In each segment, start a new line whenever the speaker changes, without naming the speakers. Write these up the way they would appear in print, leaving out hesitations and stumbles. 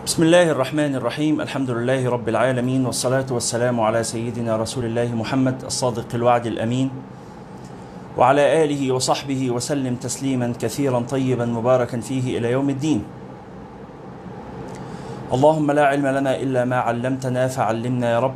بسم الله الرحمن الرحيم. الحمد لله رب العالمين، والصلاة والسلام على سيدنا رسول الله محمد الصادق الوعد الأمين، وعلى آله وصحبه وسلم تسليما كثيرا طيبا مباركا فيه إلى يوم الدين. اللهم لا علم لنا إلا ما علمتنا فعلمنا يا رب،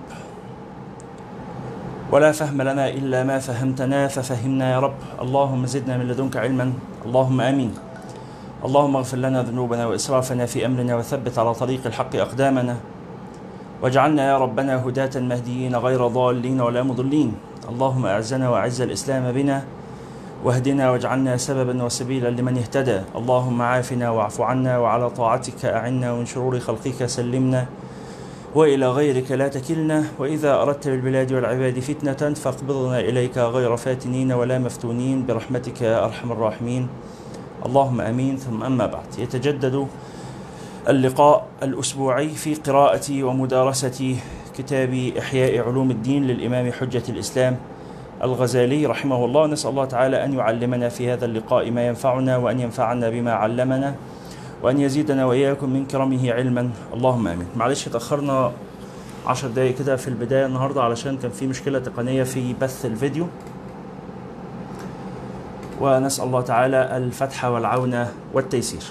ولا فهم لنا إلا ما فهمتنا ففهمنا يا رب. اللهم زدنا من لدنك علما، اللهم آمين. اللهم اغفر لنا ذنوبنا وإسرافنا في أمرنا، وثبت على طريق الحق أقدامنا، واجعلنا يا ربنا هداة مهديين غير ضالين ولا مضلين. اللهم أعزنا وأعز الإسلام بنا، واهدنا واجعلنا سببا وسبيلا لمن اهتدى. اللهم عافنا واعف عنا، وعلى طاعتك أعنا، ومن شرور خلقك سلمنا، وإلى غيرك لا تكلنا. وإذا أردت بالبلاد والعباد فتنة فاقبضنا إليك غير فاتنين ولا مفتونين، برحمتك يا أرحم الراحمين. اللهم آمين. ثم أما بعد، يتجدد اللقاء الأسبوعي في قراءة ومدارسة كتاب إحياء علوم الدين للإمام حجة الإسلام الغزالي رحمه الله. نسأل الله تعالى أن يعلمنا في هذا اللقاء ما ينفعنا، وأن ينفعنا بما علمنا، وأن يزيدنا وإياكم من كرمه علما. اللهم آمين. معلش تأخرنا 10 دقايق كده في البداية النهاردة علشان كان في مشكلة تقنية في بث الفيديو، ونسأل الله تعالى الفتح والعون والتيسير.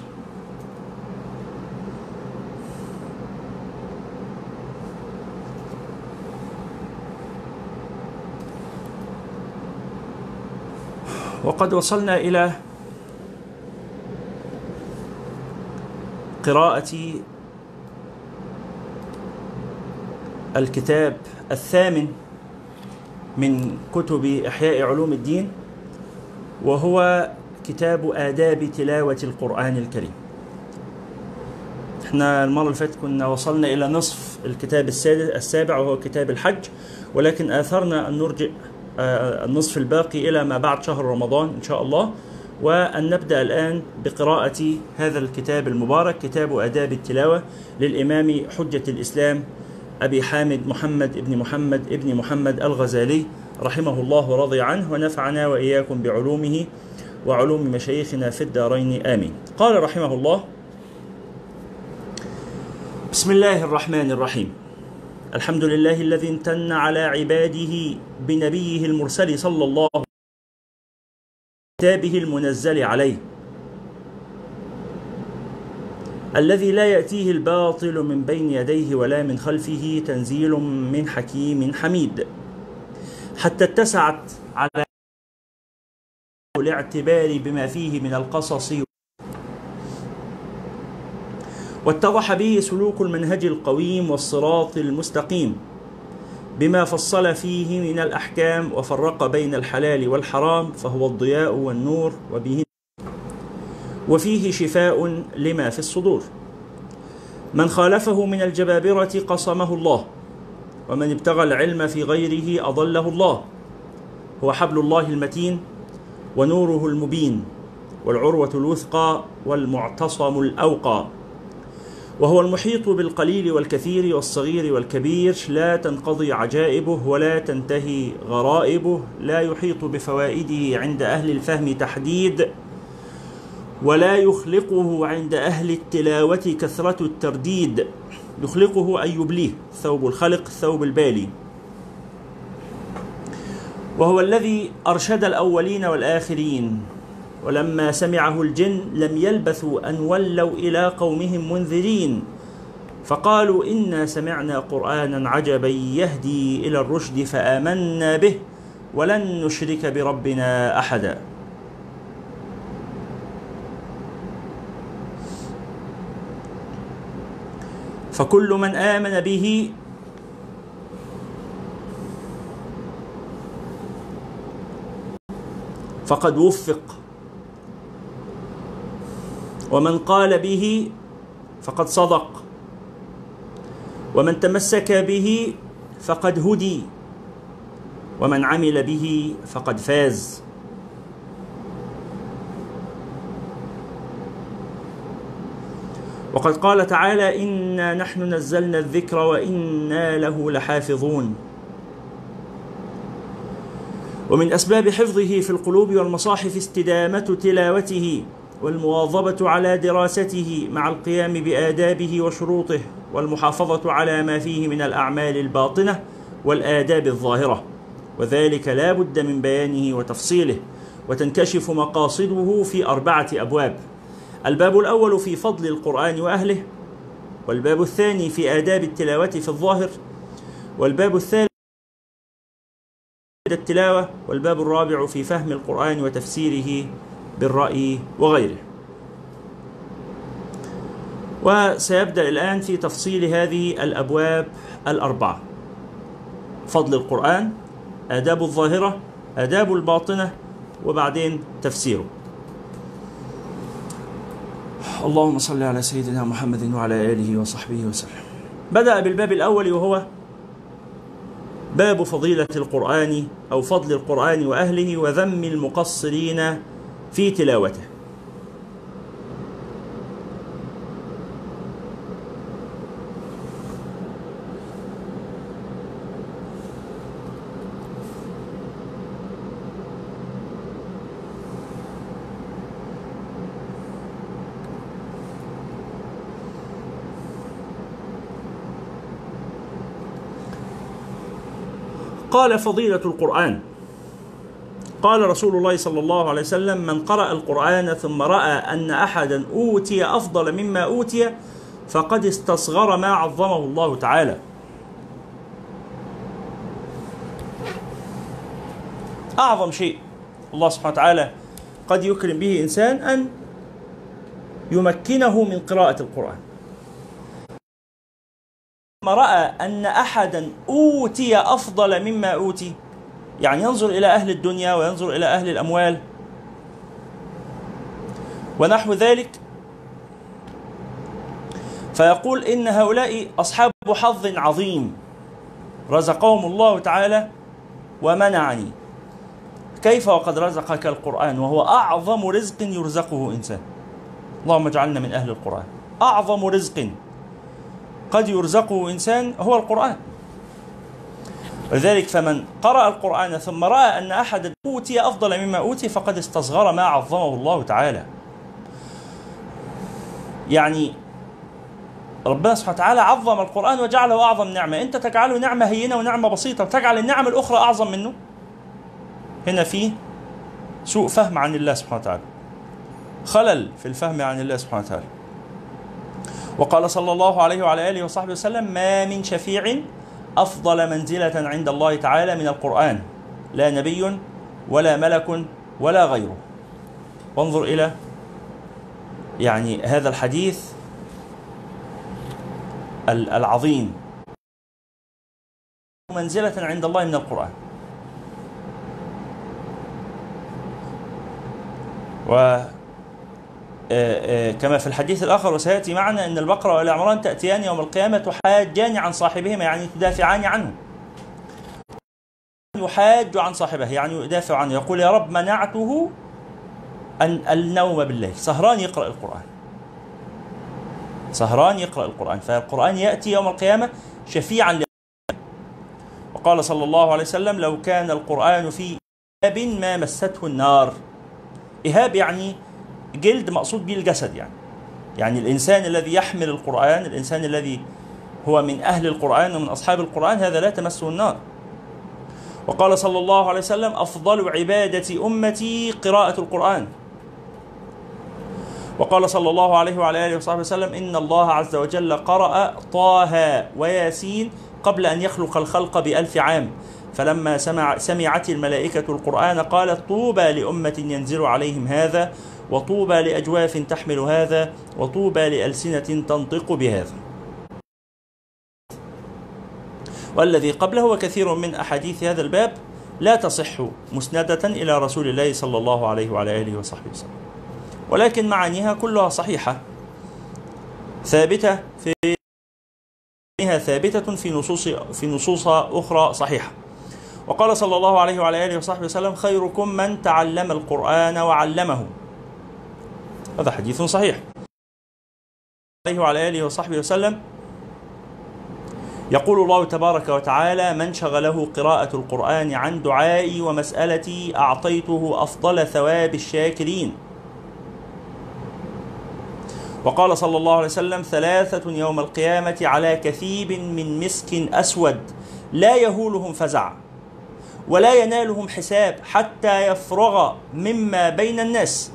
وقد وصلنا إلى قراءة الكتاب الثامن من كتب إحياء علوم الدين، وهو كتاب آداب تلاوة القرآن الكريم. احنا المرة اللي فاتت كنا وصلنا إلى نصف الكتاب السابع، وهو كتاب الحج، ولكن آثرنا أن نرجع النصف الباقي إلى ما بعد شهر رمضان إن شاء الله، وأن نبدأ الآن بقراءة هذا الكتاب المبارك، كتاب آداب التلاوة للإمام حجة الإسلام أبي حامد محمد ابن محمد الغزالي رحمه الله ورضي عنه، ونفعنا وإياكم بعلومه وعلوم مشايخنا في الدارين آمين. قال رحمه الله: بسم الله الرحمن الرحيم. الحمد لله الذي امتن على عباده بنبيه المرسل صلى الله عليه وسلم كتابه المنزل عليه، الذي لا يأتيه الباطل من بين يديه ولا من خلفه، تنزيل من حكيم حميد، حتى اتسعت على الاعتبار بما فيه من القصص، واتضح به سلوك المنهج القويم والصراط المستقيم، بما فصل فيه من الأحكام وفرق بين الحلال والحرام، فهو الضياء والنور، وفيه شفاء لما في الصدور. من خالفه من الجبابرة قصمه الله، ومن ابتغى العلم في غيره أضله الله. هو حبل الله المتين، ونوره المبين، والعروة الوثقى، والمعتصم الأوقى. وهو المحيط بالقليل والكثير والصغير والكبير، لا تنقضي عجائبه ولا تنتهي غرائبه، لا يحيط بفوائده عند أهل الفهم تحديد، ولا يخلقه عند أهل التلاوة كثرة الترديد. يخلقه أن يبليه، ثوب الخلق ثوب البالي. وهو الذي أرشد الأولين والآخرين، ولما سمعه الجن لم يلبثوا أن ولوا إلى قومهم منذرين، فقالوا إنا سمعنا قرآنا عجبا يهدي إلى الرشد فآمنا به ولن نشرك بربنا أحدا. فكل من آمن به فقد وفق، ومن قال به فقد صدق، ومن تمسك به فقد هدي، ومن عمل به فقد فاز. وقد قال تعالى: إنا نحن نزلنا الذكر وإنا له لحافظون. ومن أسباب حفظه في القلوب والمصاحف استدامة تلاوته، والمواظبة على دراسته مع القيام بآدابه وشروطه، والمحافظة على ما فيه من الأعمال الباطنة والآداب الظاهرة، وذلك لا بد من بيانه وتفصيله. وتنكشف مقاصده في 4 أبواب: الباب الأول في فضل القرآن وأهله، والباب الثاني في آداب التلاوة في الظاهر، والباب الثالث في التلاوة، والباب الرابع في فهم القرآن وتفسيره بالرأي وغيره. وسيبدأ الآن في تفصيل هذه الأبواب 4: فضل القرآن، آداب الظاهرة، آداب الباطنة، وبعدين تفسيره. اللهم صل على سيدنا محمد وعلى آله وصحبه وسلم. بدأ بالباب الأول، وهو باب فضيلة القرآن أو فضل القرآن وأهله وذم المقصرين في تلاوته. قال: فضيلة القرآن. قال رسول الله صلى الله عليه وسلم: من قرأ القرآن ثم رأى أن أحدا أوتي أفضل مما أوتي فقد استصغر ما عظمه الله تعالى. أعظم شيء الله سبحانه وتعالى قد يكرم به إنسان أن يمكنه من قراءة القرآن. ما رأى أن أحدا أوتي أفضل مما أوتي، يعني ينظر إلى أهل الدنيا وينظر إلى أهل الأموال ونحو ذلك، فيقول إن هؤلاء أصحاب حظ عظيم رزقهم الله تعالى ومنعني. كيف وقد رزقك القرآن وهو أعظم رزق يرزقه إنسان؟ اللهم اجعلنا من أهل القرآن. أعظم رزق قد يرزقه إنسان هو القرآن. ولذلك فمن قرأ القرآن ثم رأى أن أحد أوتي أفضل مما أوتي فقد استصغر ما عظمه الله تعالى. يعني ربنا سبحانه وتعالى عظم القرآن وجعله أعظم نعمة، أنت تجعله نعمة هينة ونعمة بسيطة وتجعل النعم الأخرى أعظم منه. هنا فيه سوء فهم عن الله سبحانه وتعالى، خلل في الفهم عن الله سبحانه وتعالى. وقال صلى الله عليه وعلى آله وصحبه وسلم: ما من شفيع أفضل منزلة عند الله تعالى من القرآن، لا نبي ولا ملك ولا غيره. وانظر إلى يعني هذا الحديث العظيم، منزلة عند الله من القرآن. كما في الحديث الآخر وسيأتي معنا أن البقرة والعمران تأتيان يوم القيامة تحاجان عن صاحبهما، يعني تدافعان عنه. يحاج عن صاحبه يعني يدافع عنه، يقول: يا رب منعته النوم بالليل، سهران يقرأ القرآن، سهران يقرأ القرآن. فالقرآن يأتي يوم القيامة شفيعا له. وقال صلى الله عليه وسلم: لو كان القرآن في إهاب ما مسته النار. إهاب يعني جلد، مقصود به الجسد، يعني الإنسان الذي يحمل القرآن، الإنسان الذي هو من أهل القرآن ومن أصحاب القرآن، هذا لا تمسه النار. وقال صلى الله عليه وسلم: أفضل عبادة أمتي قراءة القرآن. وقال صلى الله عليه وعلى آله وصحبه وسلم: إن الله عز وجل قرأ طه وياسين قبل أن يخلق الخلق ب1000 عام، فلما سمعت الملائكة القرآن قالت: طوبى لأمة ينزل عليهم هذا، وطوبى لأجواف تحمل هذا، وطوبى لألسنة تنطق بهذا. والذي قبله وكثير من أحاديث هذا الباب لا تصح مسندة إلى رسول الله صلى الله عليه وعلى آله وصحبه وسلم، ولكن معانيها كلها صحيحة ثابتة في نصوص أخرى صحيحة. وقال صلى الله عليه وعلى آله وصحبه وسلم: خيركم من تعلم القرآن وعلمه. هذا حديث صحيح. عليه وعلى آله وصحبه وسلم يقول الله تبارك وتعالى: من شغله قراءة القرآن عن دعائي ومسألتي أعطيته أفضل ثواب الشاكرين. وقال صلى الله عليه وسلم: 3 يوم القيامة على كثيب من مسك أسود لا يهولهم فزع ولا ينالهم حساب حتى يفرغ مما بين الناس: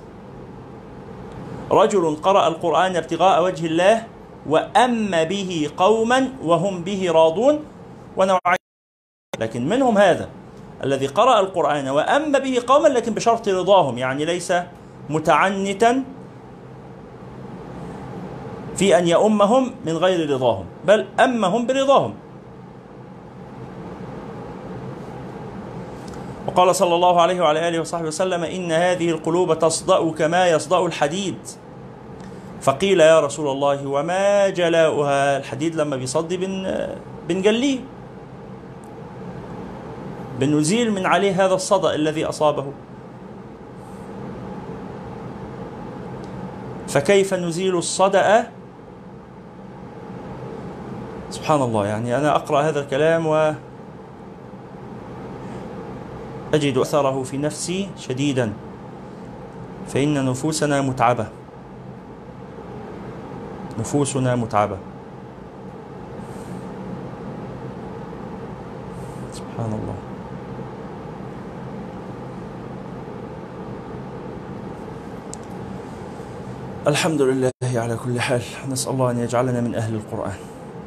رجل قرأ القرآن ابتغاء وجه الله وأم به قوما وهم به راضون. ونوعين، لكن منهم هذا الذي قرأ القرآن وأم به قوما لكن بشرط رضاهم، يعني ليس متعنتا في أن يؤمهم من غير رضاهم، بل أمهم برضاهم. وقال صلى الله عليه وعلى آله وصحبه وسلم: إن هذه القلوب تصدأ كما يصدأ الحديد. فقيل: يا رسول الله وما جلاؤها؟ الحديد لما بيصدي بنجليه، بنزيل من عليه هذا الصدأ الذي أصابه. فكيف نزيل الصدأ؟ سبحان الله، يعني أنا أقرأ هذا الكلام وأجد أثره في نفسي شديدا، فإن نفوسنا متعبة، نفوسنا متعبة. سبحان الله. الحمد لله على كل حال، نسأل الله أن يجعلنا من أهل القرآن.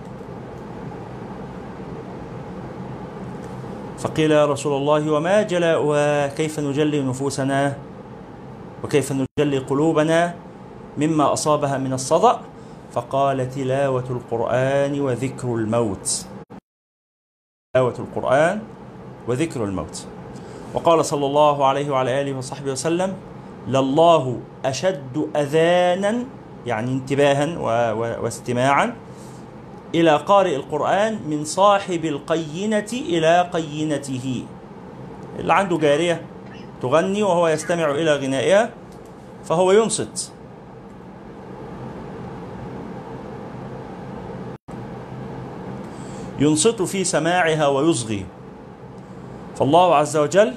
فقيل: يا رسول الله وما جلاؤها؟ كيف نجلي نفوسنا وكيف نجلي قلوبنا مما أصابها من الصدأ؟ فقال: تلاوة القرآن وذكر الموت. تلاوة القرآن وذكر الموت. وقال صلى الله عليه وعلى آله وصحبه وسلم: لله أشد أذانا، يعني انتباها واستماعا، إلى قارئ القرآن من صاحب القينة إلى قينته. اللي عنده جارية تغني وهو يستمع إلى غنائها فهو ينصت. ينصت في سماعها ويصغي. فالله عز وجل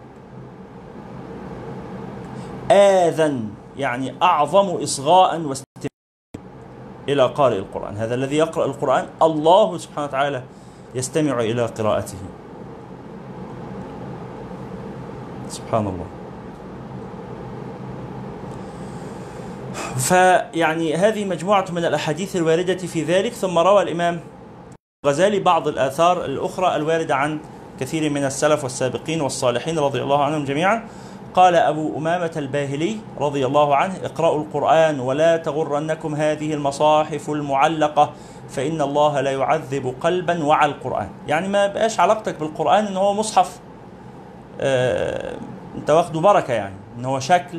آذن، يعني أعظم إصغاء واستماع إلى قارئ القرآن. هذا الذي يقرأ القرآن الله سبحانه وتعالى يستمع إلى قراءته. سبحان الله. فيعني هذه مجموعة من الأحاديث الواردة في ذلك. ثم روى الإمام الغزالي بعض الآثار الأخرى الواردة عن كثير من السلف والسابقين والصالحين رضي الله عنهم جميعا. قال أبو أمامة الباهلي رضي الله عنه: اقرأوا القرآن ولا تغرنكم هذه المصاحف المعلقة فإن الله لا يعذب قلبا وعى القرآن. يعني ما بقاش علاقتك بالقرآن إن هو مصحف أنت واخده بركة، يعني إن هو شكل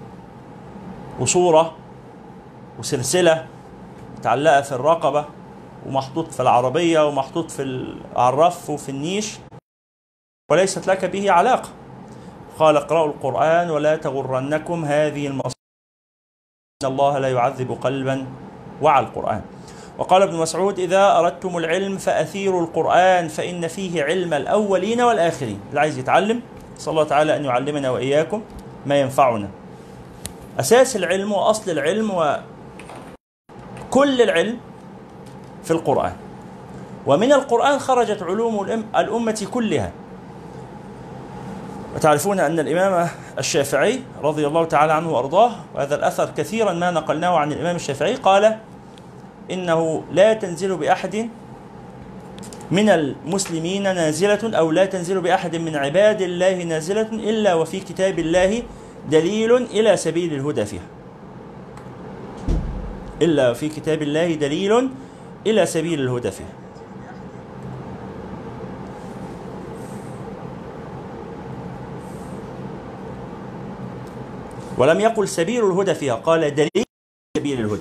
وصورة وسلسلة متعلقة في الرقبة ومحطوط في العربية ومحطوط على الرف وفي النيش، وليست لك به علاقة. قال: اقرأوا القرآن ولا تغرنكم هذه المصائب إن الله لا يعذب قلبا وعى القرآن. وقال ابن مسعود: إذا أردتم العلم فأثيروا القرآن فإن فيه علم الأولين والآخرين. اللي عايز يتعلم صلى الله تعالى أن يعلمنا وإياكم ما ينفعنا. أساس العلم وأصل العلم وكل العلم في القرآن، ومن القرآن خرجت علوم الأمة كلها. وتعرفون أن الإمام الشافعي رضي الله تعالى عنه وأرضاه، وهذا الأثر كثيرا ما نقلناه عن الإمام الشافعي، قال: إنه لا تنزل بأحد من المسلمين نازلة، أو لا تنزل بأحد من عباد الله نازلة إلا وفي كتاب الله دليل إلى سبيل الهدى فيها. إلا في كتاب الله دليل إلى سبيل الهدى فيها. ولم يقل سبيل الهدى فيها، قال دليل سبيل الهدى،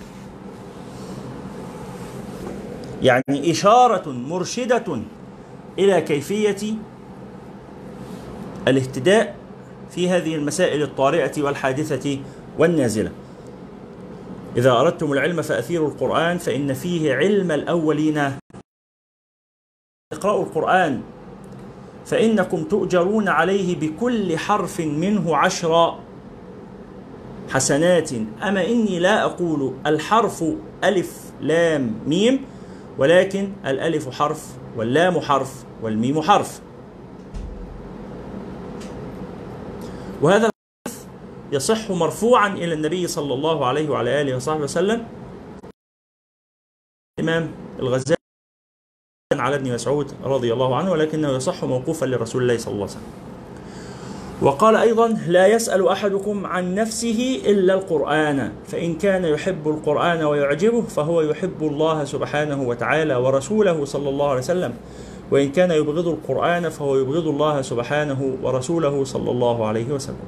يعني إشارة مرشدة إلى كيفية الاهتداء في هذه المسائل الطارئة والحادثة والنازلة. إذا أردتم العلم فأثيروا القرآن فإن فيه علم الأولين. اقرأوا القرآن فإنكم تؤجرون عليه بكل حرف منه 10 حسنات أما إني لا أقول الحرف ألف لام ميم، ولكن الألف حرف واللام حرف والميم حرف. وهذا يصح مرفوعا إلى النبي صلى الله عليه وعلى آله وصحبه وسلم. الإمام الغزالي على ابن مسعود رضي الله عنه، ولكنه يصح موقوفا لرسول الله صلى الله عليه وسلم. وقال أيضا: لا يسأل أحدكم عن نفسه إلا القرآن، فإن كان يحب القرآن ويعجبه فهو يحب الله سبحانه وتعالى ورسوله صلى الله عليه وسلم، وإن كان يبغض القرآن فهو يبغض الله سبحانه ورسوله صلى الله عليه وسلم.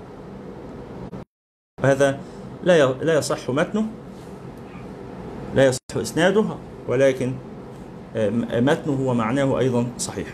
هذا لا يصح متنه، لا يصح إسناده، ولكن متنه ومعناه أيضا صحيح.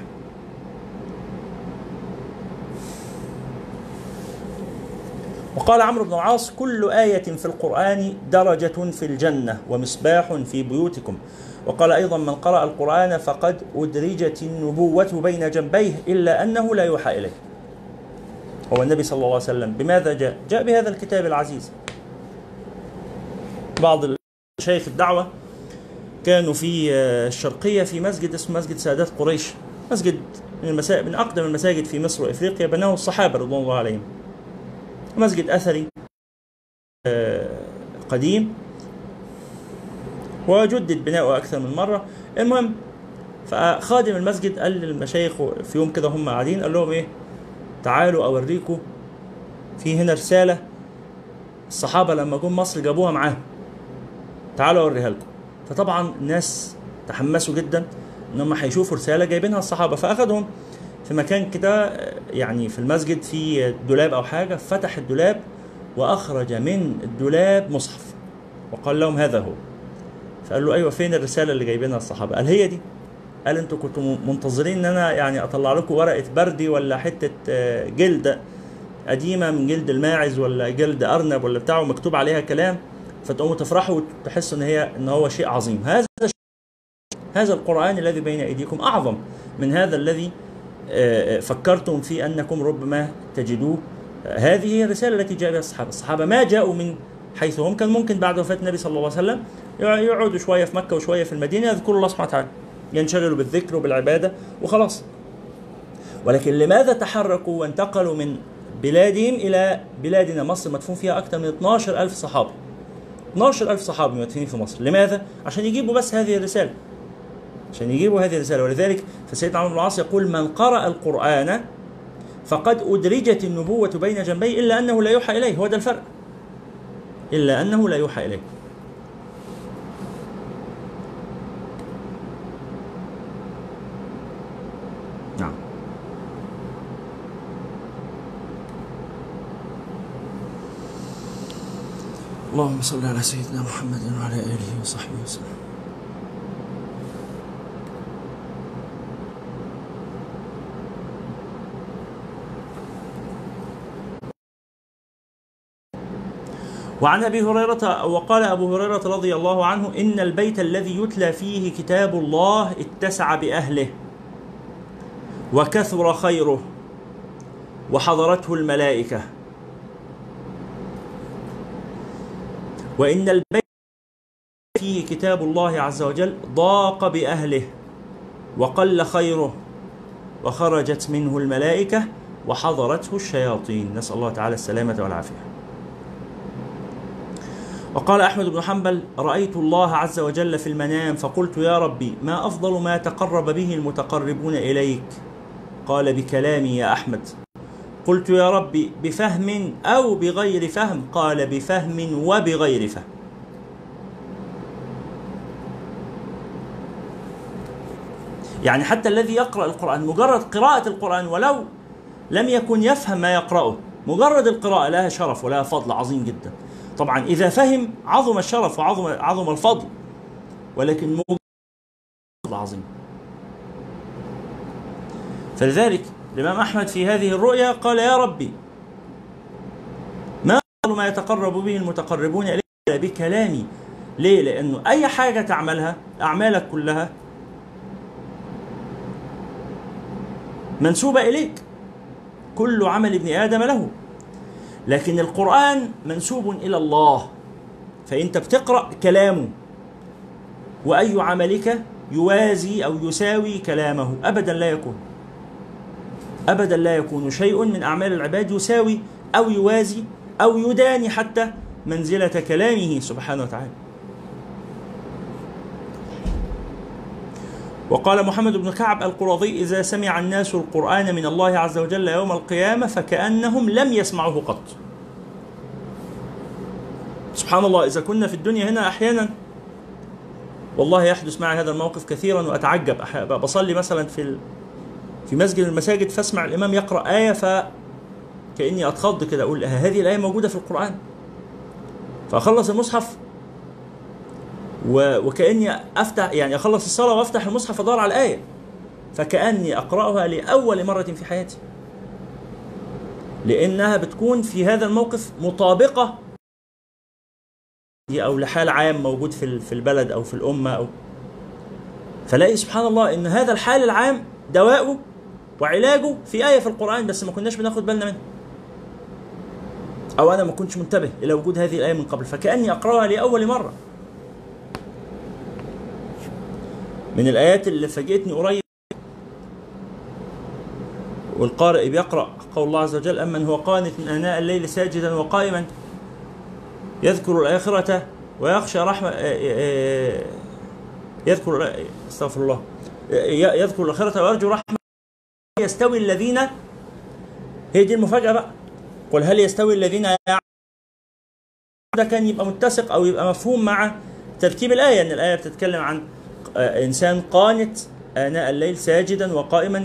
وقال عمرو بن العاص: كل آية في القرآن درجة في الجنة ومصباح في بيوتكم. وقال أيضا: من قرأ القرآن فقد أدرجت النبوة بين جنبيه إلا أنه لا يوحى إليه. هو النبي صلى الله عليه وسلم بماذا جاء؟ جاء بهذا الكتاب العزيز. بعض شيخ الدعوة كانوا في الشرقية في مسجد اسمه مسجد سادات قريش، مسجد من أقدم المساجد في مصر وإفريقيا، بناه الصحابة رضوان الله عليهم، مسجد أثري قديم وجدد بناؤه أكثر من مرة. المهم، فخادم المسجد قال للمشايخ في يوم كده هم قاعدين، قال لهم: إيه، تعالوا أوريكم، في هنا رسالة الصحابة لما جم مصر جابوها معاهم، تعالوا أوريها لكم. فطبعا الناس تحمسوا جدا إن هم هيشوفوا رسالة جايبينها الصحابة، فأخذهم في مكان كده يعني في المسجد في دولاب أو حاجة، فتح الدولاب وأخرج من الدولاب مصحف وقال لهم: هذا هو. فقال له: أيوة، فين الرسالة اللي جايبينها الصحابة؟ قال: هي دي. قال: انتوا كنتوا منتظرين ان انا يعني اطلع لكم ورقة بردي ولا حتة جلد قديمة من جلد الماعز ولا جلد ارنب ولا بتاعه مكتوب عليها كلام فتقوموا تفرحوا وتحسوا ان هو شيء عظيم. هذا القرآن الذي بين ايديكم اعظم من هذا الذي فكرتم في انكم ربما تجدوه. هذه هي الرسالة التي جاء بها الصحابة ما جاءوا من حيث هم. كان ممكن بعد وفاة النبي صلى الله عليه وسلم يقعدوا شوية في مكة وشوية في المدينة يذكروا الله سبحانه وتعالى، ينشغلوا بالذكر وبالعبادة وخلاص. ولكن لماذا تحركوا وانتقلوا من بلادهم إلى بلادنا مصر مدفون فيها أكثر من 12,000 صحابي، 12,000 صحابي مدفونين في مصر؟ لماذا؟ عشان يجيبوا بس هذه الرسالة، عشان يجيبوا هذه الرسالة. ولذلك فسيدنا عمرو بن العاص يقول: من قرأ القرآن فقد أدرجت النبوة بين جنبيه إلا أنه لا يوحى إليه. هو ده الفرق، إلا أنه لا يوحى إليه. نعم. اللهم صل على سيدنا محمد وعلى آله وصحبه وسلم. وعن أبي هريرة وقال أبو هريرة رضي الله عنه: إن البيت الذي يتلى فيه كتاب الله اتسع بأهله وكثر خيره وحضرته الملائكة، وإن البيت فيه كتاب الله عز وجل ضاق بأهله وقل خيره وخرجت منه الملائكة وحضرته الشياطين. نسأل الله تعالى السلامة والعافية. وقال أحمد بن حنبل: رأيت الله عز وجل في المنام فقلت: يا ربي، ما أفضل ما تقرب به المتقربون إليك؟ قال: بكلامي يا أحمد. قلت: يا ربي، بفهم أو بغير فهم؟ قال: بفهم وبغير فهم. يعني حتى الذي يقرأ القرآن، مجرد قراءة القرآن ولو لم يكن يفهم ما يقرأه، مجرد القراءة لها شرف ولها فضل عظيم جدا. طبعا إذا فهم عظم الشرف وعظم الفضل، ولكن فضل عظيم. فلذلك الإمام أحمد في هذه الرؤيا قال: يا ربي، ما أفضل ما يتقرب به المتقربون إليك؟ بكلامي. ليه؟ لأنه أي حاجة تعملها، أعمالك كلها منسوبة إليك، كل عمل ابن آدم له. لكن القرآن منسوب إلى الله، فأنت بتقرأ كلامه، وأي عملك يوازي أو يساوي كلامه؟ أبدا لا يكون، أبدا لا يكون شيء من أعمال العباد يساوي أو يوازي أو يداني حتى منزلة كلامه سبحانه وتعالى. وقال محمد بن كعب القرظي: إذا سمع الناس القرآن من الله عز وجل يوم القيامة فكأنهم لم يسمعوه قط. سبحان الله، إذا كنا في الدنيا هنا أحيانا والله يحدث معي هذا الموقف كثيرا وأتعجب. بصلي مثلا في مسجد من المساجد، فاسمع الإمام يقرأ آية فكأني أتخض كده، أقول هذه الآية موجودة في القرآن، فأخلص المصحف وكأني أفتح، يعني أخلص الصلاة وأفتح المصحف أدور على الآية، فكأني أقرأها لأول مرة في حياتي، لأنها بتكون في هذا الموقف مطابقة أو لحال عام موجود في البلد أو في الأمة فلاقي سبحان الله إن هذا الحال العام دواؤه وعلاجه في آية في القرآن، بس ما كناش بناخد بالنا منها، أو أنا ما كنتش منتبه إلى وجود هذه الآية من قبل، فكأني أقرأها لأول مرة. من الآيات اللي فاجئتني قريب والقارئ بيقرأ قول الله عز وجل: أمن هو قانت من آناء الليل ساجدا وقائما يذكر الآخرة ويخشى رحمة استغفر الله، يذكر الآخرة ويرجو رحمة يستوي الذين، هي دي المفاجأة بقى، قل هل يستوي الذين ده كان يبقى متسق أو يبقى مفهوم مع ترتيب الآية، أن الآية بتتكلم عن إنسان قانت آناء الليل ساجدا وقائما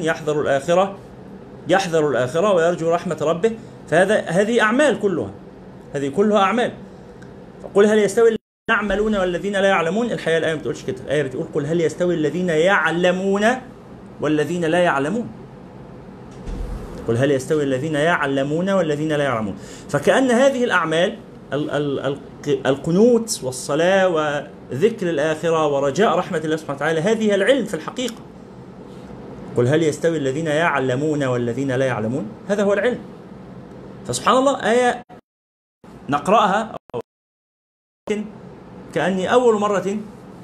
يحذر الآخرة ويرجو رحمة ربه، هذه أعمال كلها، هذه كلها أعمال. فقل هل يستوي الذين يعملون والذين لا يعلمون؟ الحقيقة الآية ما بتقولش كده، الآية بتقول قل هل يستوي الذين يعلمون والذين لا يعلمون، قل هل يستوي الذين يعلمون والذين لا يعلمون. فكأن هذه الأعمال القنوت والصلاة وذكر الآخرة ورجاء رحمة الله سبحانه وتعالى، هذه العلم في الحقيقة. قل هل يستوي الذين يعلمون والذين لا يعلمون، هذا هو العلم. فسبحان الله آية نقرأها لكن كأني أول مرة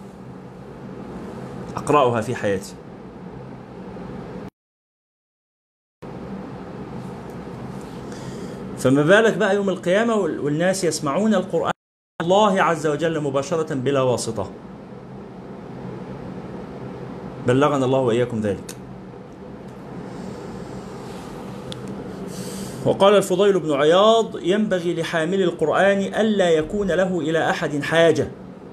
أقرأها في حياتي. فما بالك بقى يوم القيامة والناس يسمعون القرآن الله عز وجل مباشرة بلا واسطة. بلغنا الله وإياكم ذلك. وقال الفضيل بن عياض: ينبغي لحامل القرآن ألا يكون له إلى أحد حاجة،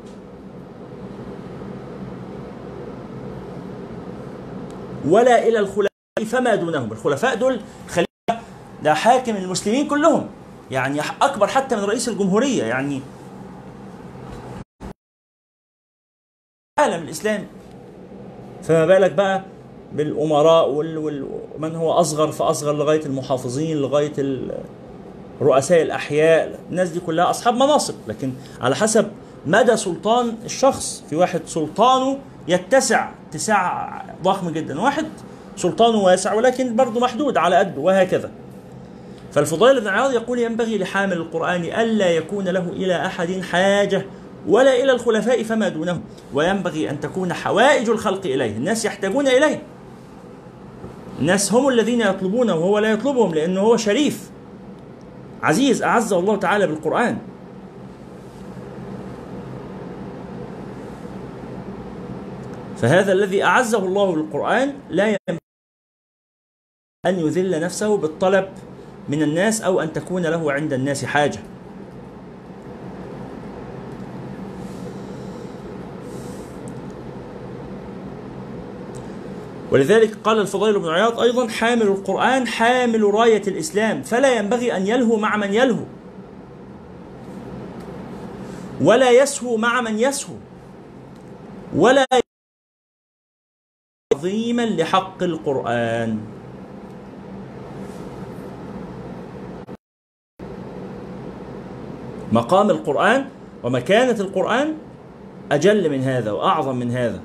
ولا إلى الخلفاء فما دونهم. الخلفاء دول خليفة، ده حاكم المسلمين كلهم، يعني أكبر حتى من رئيس الجمهورية، يعني العالم الإسلامي. فما بالك بقى بالأمراء ومن هو أصغر فأصغر، لغاية المحافظين، لغاية رؤساء الأحياء، الناس دي كلها أصحاب مناصب، لكن على حسب مدى سلطان الشخص. في واحد سلطانه يتسع اتساع ضخم جدا، واحد سلطانه واسع ولكن برضه محدود على قده، وهكذا. فالفضيل بن عياض يقول: ينبغي لحامل القرآن ألا يكون له إلى أحد حاجة ولا إلى الخلفاء فما دونهم، وينبغي أن تكون حوائج الخلق إليه، الناس يحتاجون إليه، الناس هم الذين يطلبونه وهو لا يطلبهم، لأنه هو شريف عزيز أعزه الله تعالى بالقرآن. فهذا الذي أعزه الله بالقرآن لا ينبغي أن يذل نفسه بالطلب من الناس أو أن تكون له عند الناس حاجة. ولذلك قال الفضيل بن عياض أيضا: حامل القرآن حامل راية الإسلام، فلا ينبغي أن يلهو مع من يلهو، ولا يسهو مع من يسهو، ولا عظيما لحق القرآن. مقام القرآن ومكانة القرآن أجل من هذا وأعظم من هذا،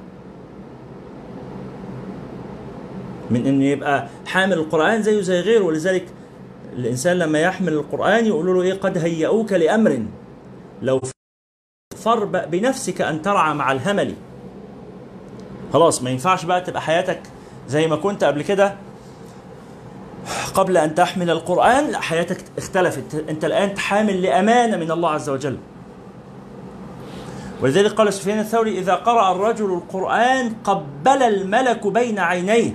من أن يبقى حامل القرآن زيه زي غيره. ولذلك الإنسان لما يحمل القرآن يقولوا له إيه؟ قد هيئوك لأمر لو فاربأ بنفسك أن ترعى مع الهمل. خلاص ما ينفعش بقى تبقى حياتك زي ما كنت قبل كده قبل أن تحمل القرآن. لا، حياتك اختلفت، أنت الآن تحامل لأمانة من الله عز وجل. ولذلك قال سفيان الثوري: إذا قرأ الرجل القرآن قبل الملك بين عينيه.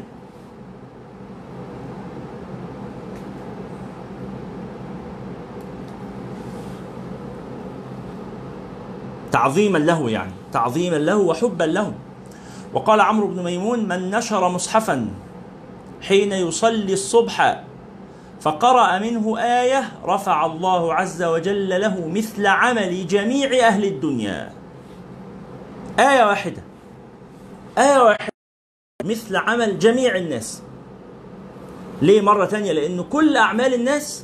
تعظيما له، يعني تعظيما له وحبا له. وقال عمرو بن ميمون: من نشر مصحفا حين يصلي الصبح فقرأ منه آية رفع الله عز وجل له مثل عمل جميع أهل الدنيا. آية واحدة، آية واحدة مثل عمل جميع الناس. ليه مرة تانية؟ لأن كل أعمال الناس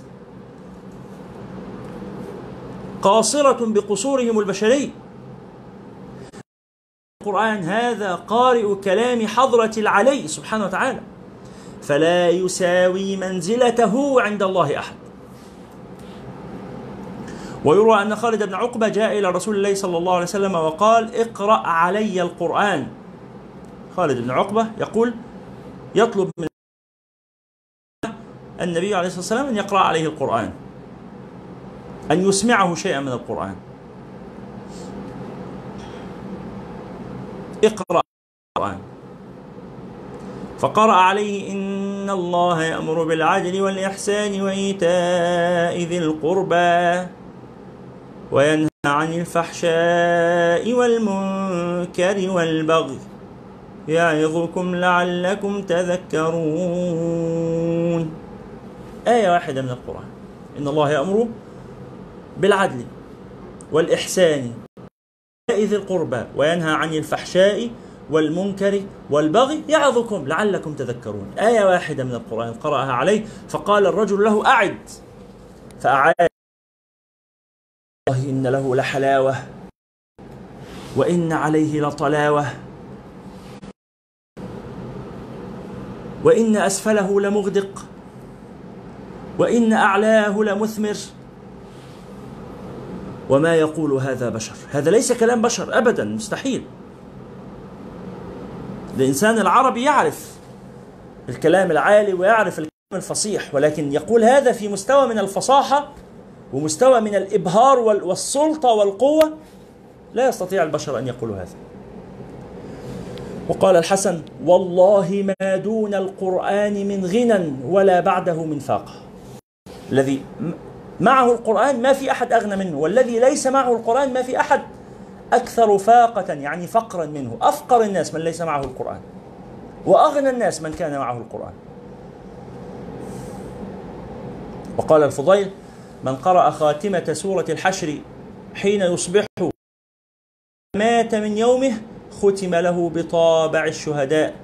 قاصرة بقصورهم البشري. القرآن هذا قارئ كلام حضرة العلي سبحانه وتعالى، فلا يساوي منزلته عند الله أحد. ويروى أن خالد بن عقبة جاء إلى رسول الله صلى الله عليه وسلم وقال: اقرأ علي القرآن. خالد بن عقبة يقول يطلب من النبي عليه الصلاة والسلام أن يقرأ عليه القرآن، أن يسمعه شيئا من القرآن. اقرأ القرآن. فقرأ عليه: إن الله يأمر بالعدل والإحسان وإيتاء ذي القربى وينهى عن الفحشاء والمنكر والبغي يعظكم لعلكم تذكرون. آية واحدة من القرآن: إن الله يأمر بالعدل والإحسان وإيتاء ذي القربى وينهى عن الفحشاء والمنكر والبغي يعظكم لعلكم تذكرون. آية واحدة من القرآن قرأها عليه، فقال الرجل له: أعد. فأعاد: والله إن له لحلاوة وإن عليه لطلاوة وإن أسفله لمغدق وإن أعلاه لمثمر وما يقول هذا بشر. هذا ليس كلام بشر أبدا، مستحيل. الإنسان العربي يعرف الكلام العالي ويعرف الكلام الفصيح، ولكن يقول هذا في مستوى من الفصاحة ومستوى من الإبهار والسلطة والقوة لا يستطيع البشر أن يقولوا هذا. وقال الحسن: والله ما دون القرآن من غنى ولا بعده من فاقة. الذي معه القرآن ما في أحد أغنى منه، والذي ليس معه القرآن ما في أحد أكثر فاقة، يعني فقرا منه. أفقر الناس من ليس معه القرآن، وأغنى الناس من كان معه القرآن. وقال الفضيل: من قرأ خاتمة سورة الحشر حين يصبح مات من يومه ختم له بطابع الشهداء.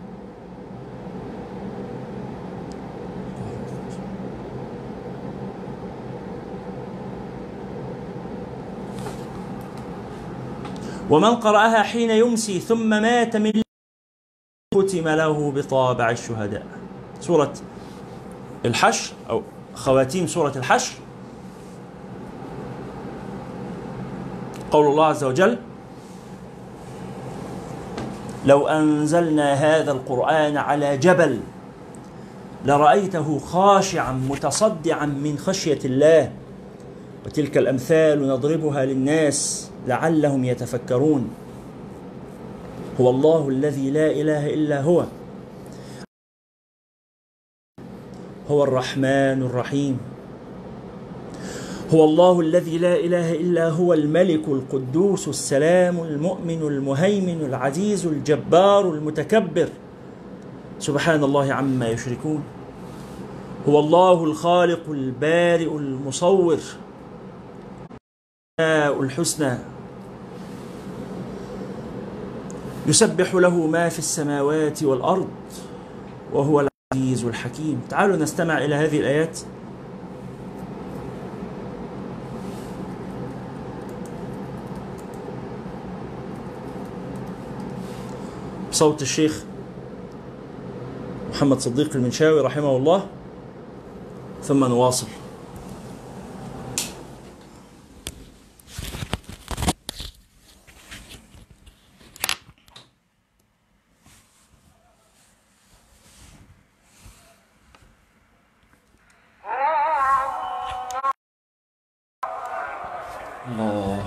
ومن قرأها حين يمسي ثم مات من ختم له بطابع الشهداء. سورة الحشر أو خواتيم سورة الحشر، قول الله عز وجل: لو أنزلنا هذا القرآن على جبل لرأيته خاشعا متصدعا من خشية الله وتلك الأمثال نضربها للناس لعلهم يتفكرون. هو الله الذي لا إله إلا هو، هو الرحمن الرحيم. هو الله الذي لا إله إلا هو الملك القدوس السلام المؤمن المهيمن العزيز الجبار المتكبر، سبحان الله عما يشركون. هو الله الخالق البارئ المصور، الحسنى يسبح له ما في السماوات والأرض وهو العزيز الحكيم. تعالوا نستمع إلى هذه الآيات. بصوت الشيخ محمد صديق المنشاوي رحمه الله. ثم نواصل. الله.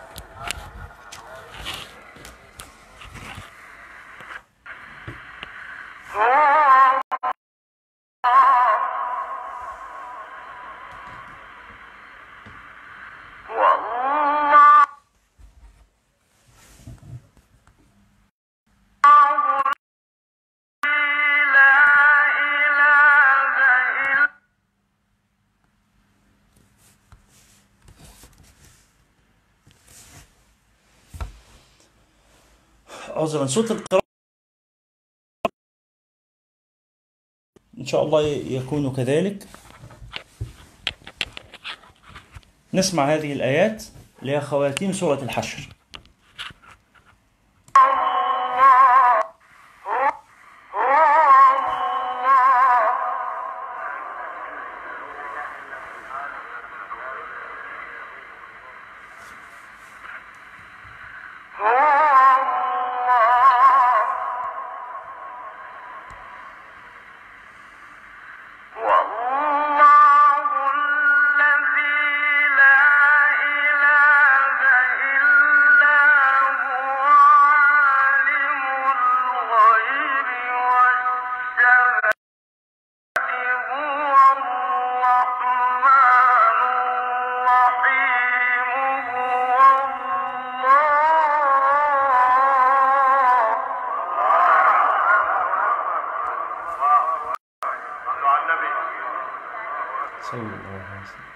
عذرا، صوت القراءة إن شاء الله يكون كذلك. نسمع هذه الآيات اللي هي خواتيم سورة الحشر. صلى الله عليه وسلم.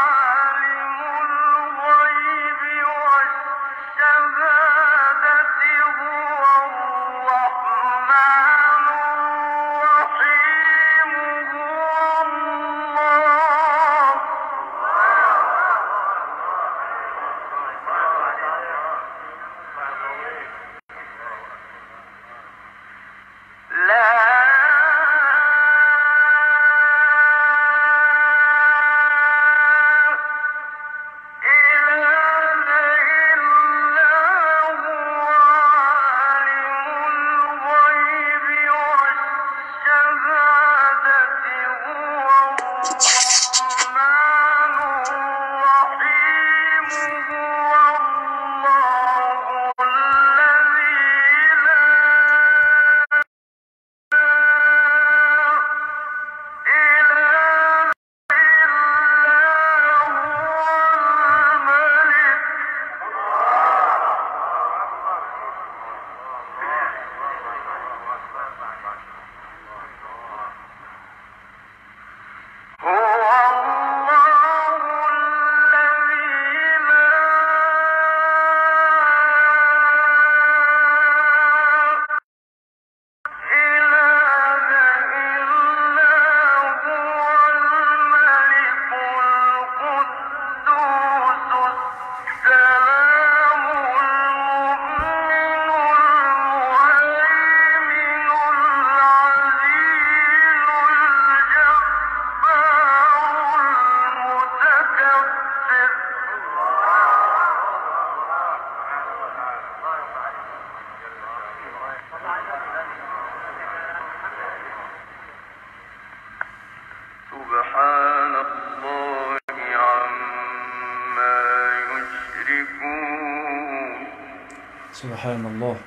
الشهادة
سبحان الله.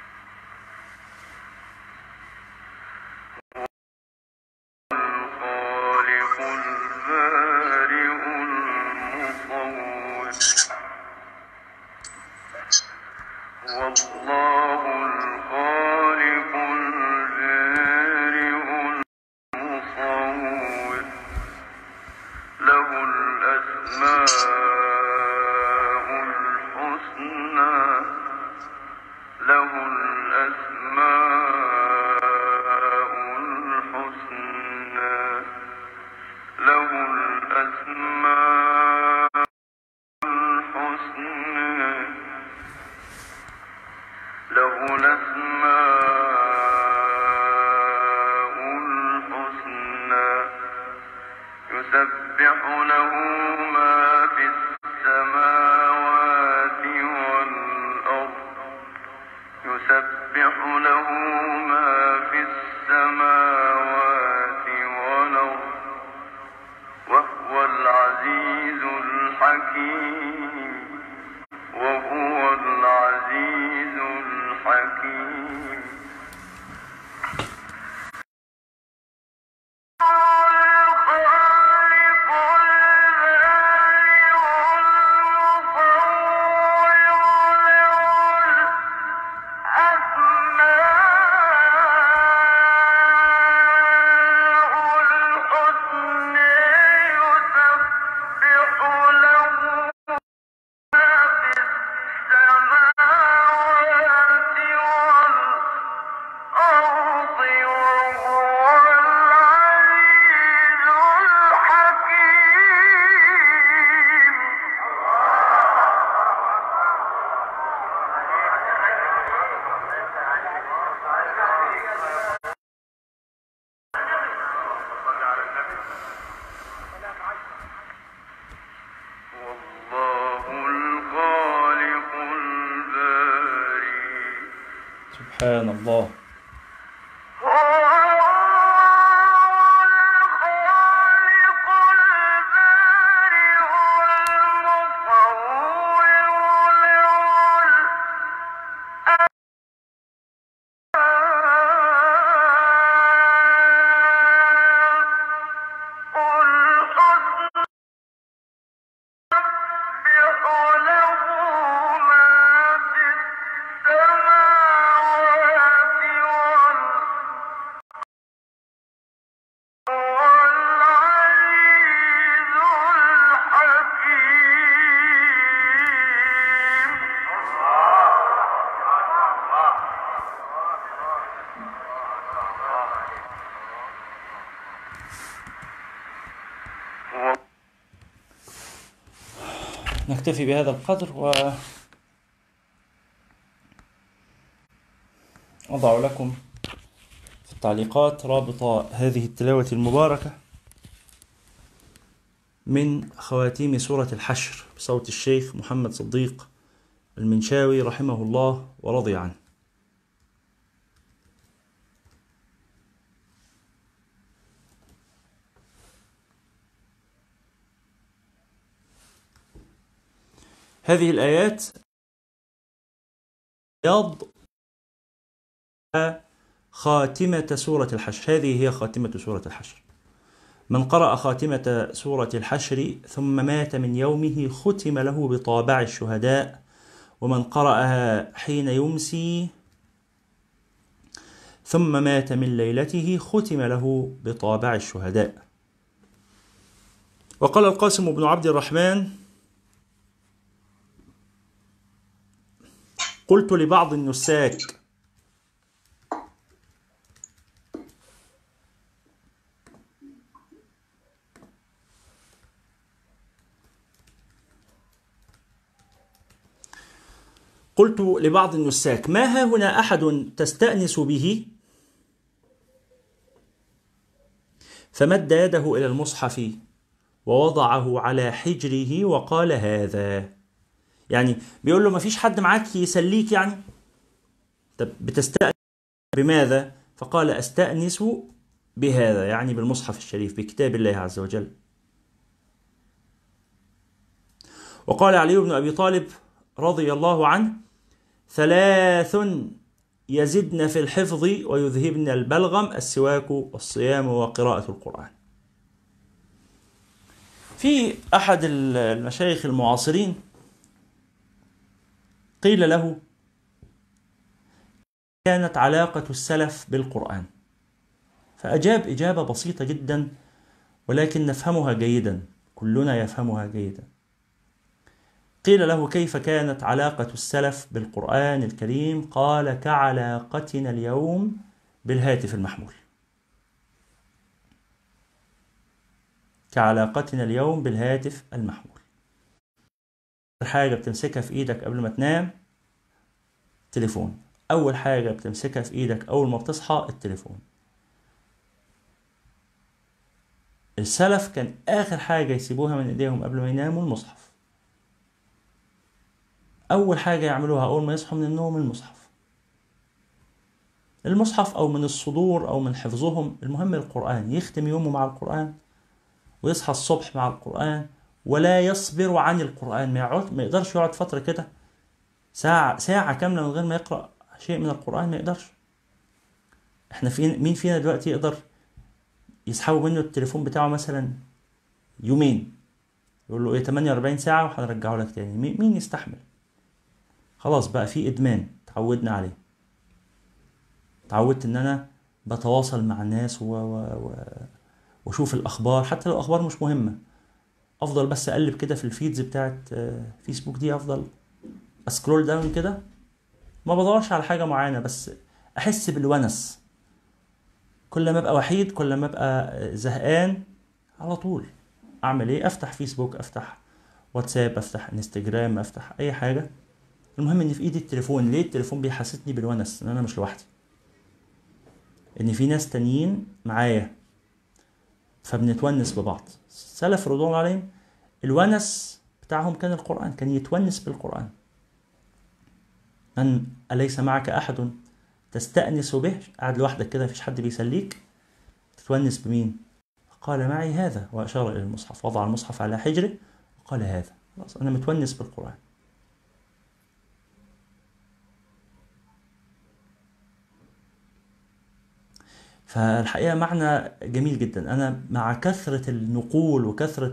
سبحان الله. نكتفي بهذا القدر، وأضع لكم في التعليقات رابط هذه التلاوة المباركة من خواتيم سورة الحشر بصوت الشيخ محمد صديق المنشاوي رحمه الله ورضي عنه. هذه الآيات خاتمة سورة الحشر، هذه هي خاتمة سورة الحشر. من قرأ خاتمة سورة الحشر ثم مات من يومه ختم له بطابع الشهداء، ومن قرأها حين يمسي ثم مات من ليلته ختم له بطابع الشهداء. وقال القاسم بن عبد الرحمن: قلت لبعض النساك: ما ها هنا أحد تستأنس به؟ فمد يده إلى المصحف ووضعه على حجره وقال: هذا. يعني بيقول له: ما فيش حد معاك يسليك يعني؟ طب بتستأنس بماذا؟ فقال: أستأنس بهذا، يعني بالمصحف الشريف، بكتاب الله عز وجل. وقال علي بن أبي طالب رضي الله عنه: 3 يزدن في الحفظ ويذهبن البلغم: السواك والصيام وقراءة القرآن. في أحد المشايخ المعاصرين قيل له: كانت علاقة السلف بالقرآن؟ فأجاب إجابة بسيطة جدا ولكن نفهمها جيدا، كلنا يفهمها جيدا. قيل له: كيف كانت علاقة السلف بالقرآن الكريم؟ قال: كعلاقتنا اليوم بالهاتف المحمول. كعلاقتنا اليوم بالهاتف المحمول. أول حاجة بتمسكها في إيدك قبل ما تنام تليفون، أول حاجة بتمسكها في إيدك أول ما بتصحى التليفون. السلف كان آخر حاجة يسيبوها من إيديهم قبل ما يناموا المصحف. أول حاجة يعملوها أول ما يصحوا من النوم المصحف أو من الصدور أو من حفظهم، المهم القرآن. يختم يومه مع القرآن ويصحى الصبح مع القرآن، ولا يصبر عن القرآن. ما يقدرش يقعد فترة كده ساعة كاملة من غير ما يقرأ شيء من القرآن، ما يقدرش. احنا مين فينا دلوقتي يقدر يسحبوا منه التليفون بتاعه مثلا يومين، يقول له 48 ساعة وهنرجعه لك تاني؟ مين يستحمل؟ خلاص بقى في إدمان تعودنا عليه. تعودت ان انا بتواصل مع الناس واشوف الاخبار، حتى لو اخبار مش مهمة، افضل بس اقلب كده في الفيدز بتاعت فيسبوك دي، افضل اسكرول داون كده، ما بدورش على حاجة معينة، بس احس بالونس. كل ما ابقى وحيد، كل ما ابقى زهقان، على طول اعمل ايه؟ افتح فيسبوك، افتح واتساب، افتح انستجرام، افتح اي حاجة. المهم ان في ايدي التليفون. ليه؟ التليفون بيحسسني بالونس، ان انا مش لوحدي، ان في ناس تانيين معايا، فبنتونس ببعض. السلف رضوان عليهم الونس بتاعهم كان القرآن، كان يتونس بالقرآن. من أليس معك أحد تستأنس به؟ قاعد لوحدك كده مفيش حد بيسليك، تتونس بمين؟ قال: معي هذا، وأشار إلى المصحف، وضع المصحف على حجره وقال: هذا، خلاص أنا متونس بالقرآن. فالحقيقة معنى جميل جدا. أنا مع كثرة النقول وكثرة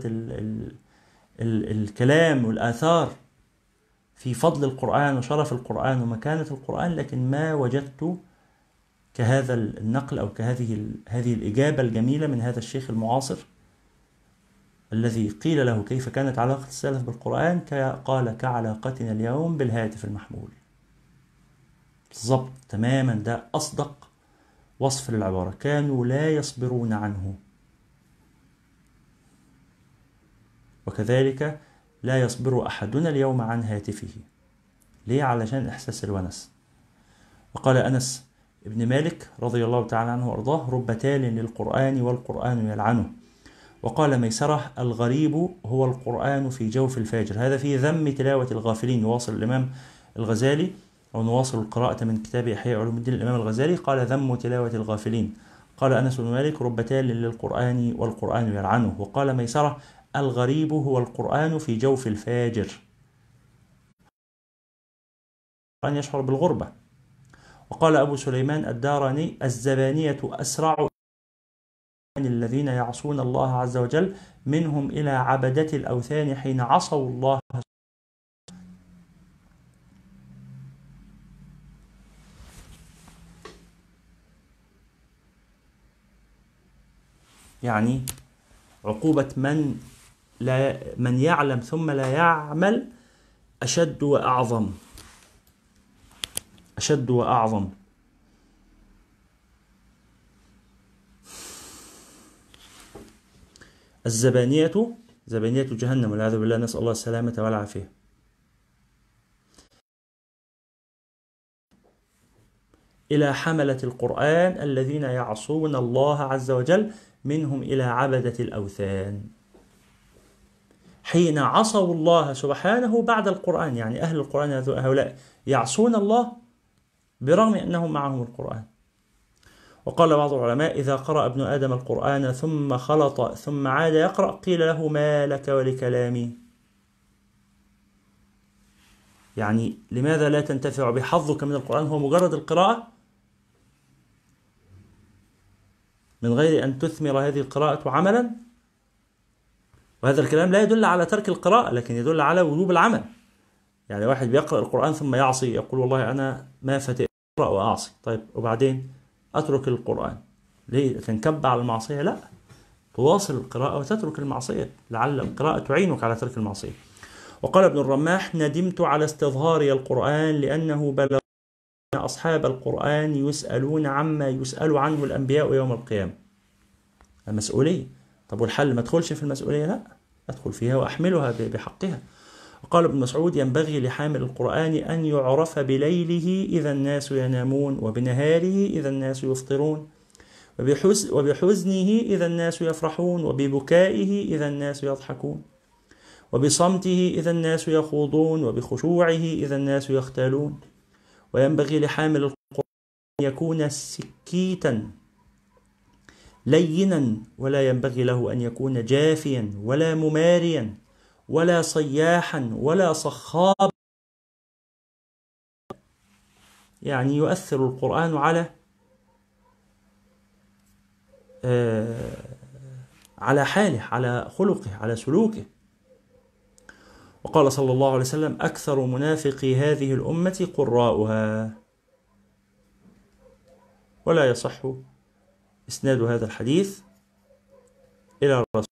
الكلام والآثار في فضل القرآن وشرف القرآن ومكانة القرآن، لكن ما وجدت كهذا النقل أو هذه الإجابة الجميلة من هذا الشيخ المعاصر الذي قيل له: كيف كانت علاقة السلف بالقرآن؟ قال: كعلاقتنا اليوم بالهاتف المحمول. بالضبط تماما، ده أصدق وصف للعبارة. كانوا لا يصبرون عنه، وكذلك لا يصبر أحدنا اليوم عن هاتفه. ليه؟ علشان إحساس الونس. وقال أنس ابن مالك رضي الله تعالى عنه وأرضاه: رب تال للقرآن والقرآن يلعنه. وقال ميسرة: الغريب هو القرآن في جوف الفاجر. هذا في ذم تلاوة الغافلين. يواصل الإمام الغزالي، أو نواصل القراءة من كتاب إحياء علوم الدين الإمام الغزالي، قال: ذم تلاوة الغافلين. قال أنس بن مالك: رب تال للقرآن والقرآن يلعنه. وقال ميسرة: الغريب هو القرآن في جوف الفاجر، أن يشعر بالغربة. وقال أبو سليمان الداراني: الزبانية أسرع الذين يعصون الله عز وجل منهم إلى عبدة الأوثان حين عصوا الله. يعني عقوبة من يعلم ثم لا يعمل أشد وأعظم، أشد وأعظم. الزبانية زبانية جهنم والعياذ بالله، نسأل الله السلامة والعافية. إلى حملة القرآن الذين يعصون الله عز وجل منهم إلى عبدة الأوثان حين عصوا الله سبحانه بعد القرآن. يعني أهل القرآن هؤلاء يعصون الله برغم أنهم معهم القرآن. وقال بعض العلماء: إذا قرأ ابن آدم القرآن ثم خلط ثم عاد يقرأ قيل له: ما لك ولكلامي؟ يعني لماذا لا تنتفع بحظك من القرآن هو مجرد القراءة من غير أن تثمر هذه القراءة عملا؟ وهذا الكلام لا يدل على ترك القراءة، لكن يدل على وجوب العمل. يعني واحد بيقرأ القرآن ثم يعصي، يقول والله أنا ما فتئ أقرأ وأعصي، طيب وبعدين أترك القرآن ليه؟ تنكب على المعصية؟ لا، تواصل القراءة وتترك المعصية، لعل القراءة تعينك على ترك المعصية. وقال ابن الرماح: ندمت على استظهاري القرآن لأنه بلغ أصحاب القرآن يسألون عما يسأل عنه الأنبياء يوم القيامة. المسؤولية. طب والحل ما ادخلش في المسؤولية؟ لا، أدخل فيها وأحملها بحقها. وقال ابن مسعود: ينبغي لحامل القرآن أن يعرف بليله إذا الناس ينامون، وبنهاره إذا الناس يفطرون، وبحزنه إذا الناس يفرحون، وببكائه إذا الناس يضحكون، وبصمته إذا الناس يخوضون، وبخشوعه إذا الناس يختالون. وينبغي لحامل القرآن أن يكون سكيتا لينا، ولا ينبغي له أن يكون جافيا ولا مماريا ولا صياحا ولا صخابا. يعني يؤثر القرآن على حاله، على خلقه، على سلوكه. وقال صلى الله عليه وسلم: أكثر منافقي هذه الأمة قراؤها. ولا يصح إسناد هذا الحديث إلى الرسول،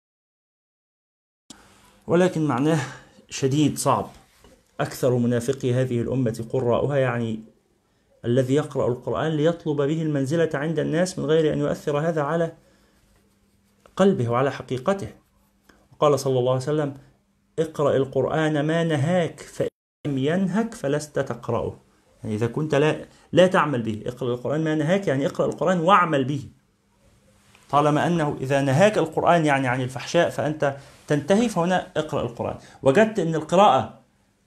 ولكن معناه شديد صعب. أكثر منافقي هذه الأمة قراؤها، يعني الذي يقرأ القرآن ليطلب به المنزلة عند الناس من غير أن يؤثر هذا على قلبه وعلى حقيقته. وقال صلى الله عليه وسلم: اقرأ القرآن ما نهاك، فإن لم ينهك فلست تقرأه. يعني إذا كنت لا تعمل به، اقرأ القرآن ما نهاك، يعني اقرأ القرآن واعمل به. طالما أنه إذا نهاك القرآن يعني عن الفحشاء فأنت تنتهي، فهنا اقرأ القرآن. وجدت أن القراءة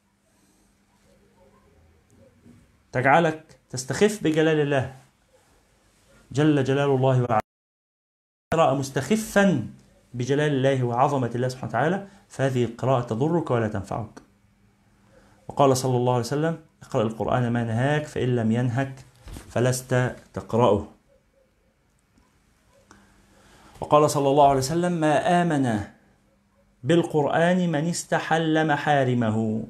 تجعلك تستخف بجلال الله جل جلال الله وعلا، قراءة مستخفا بجلال الله وعظمة الله سبحانه وتعالى، فهذه القراءة تضرك ولا تنفعك. وقال صلى الله عليه وسلم: اقرأ القرآن ما نهاك، فإن لم ينهك فلست تقرأه. وقال صلى الله عليه وسلم: ما آمن بالقرآن من استحل محارمه.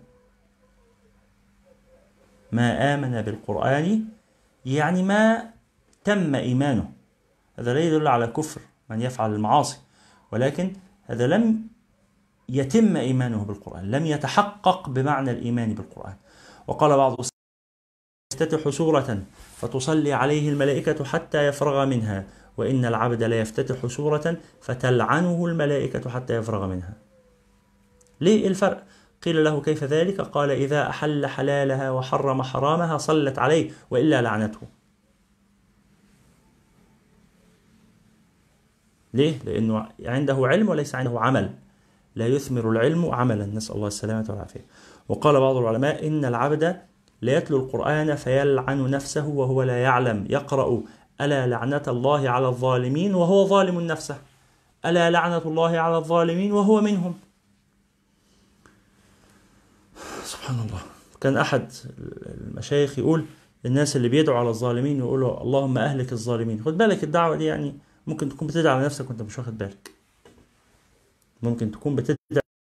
ما آمن بالقرآن يعني ما تم إيمانه. هذا لا يدل على كفر من يفعل المعاصي، ولكن هذا لم يتم إيمانه بالقرآن، لم يتحقق بمعنى الإيمان بالقرآن. وقال بعض السلف: يفتتح سورة فتصلي عليه الملائكة حتى يفرغ منها، وإن العبد لا يفتتح سورة فتلعنه الملائكة حتى يفرغ منها. ليه الفرق؟ قيل له: كيف ذلك؟ قال: إذا أحل حلالها وحرم حرامها صلت عليه، وإلا لعنته. ليه؟ لأنه عنده علم وليس عنده عمل، لا يثمر العلم عملا، نسأل الله السلامة والعافية. وقال بعض العلماء: إن العبد لا يتلو القرآن فيلعن نفسه وهو لا يعلم، يقرأ: ألا لعنة الله على الظالمين وهو ظالم نفسه، ألا لعنة الله على الظالمين وهو منهم. سبحان الله. كان أحد المشايخ يقول للناس اللي بيدعوا على الظالمين، يقولوا: اللهم أهلك الظالمين. خد بالك الدعوة دي يعني ممكن تكون بتدعي على نفسك وانت مش واخد بالك. ممكن تكون بتدعي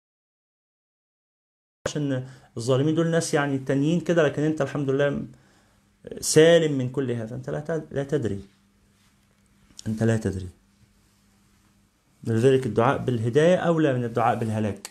عشان الظالمين دول ناس يعني التانيين كده، لكن انت الحمد لله سالم من كل هذا. انت لا تدري، انت لا تدري. لذلك الدعاء بالهداية أولى من الدعاء بالهلاك.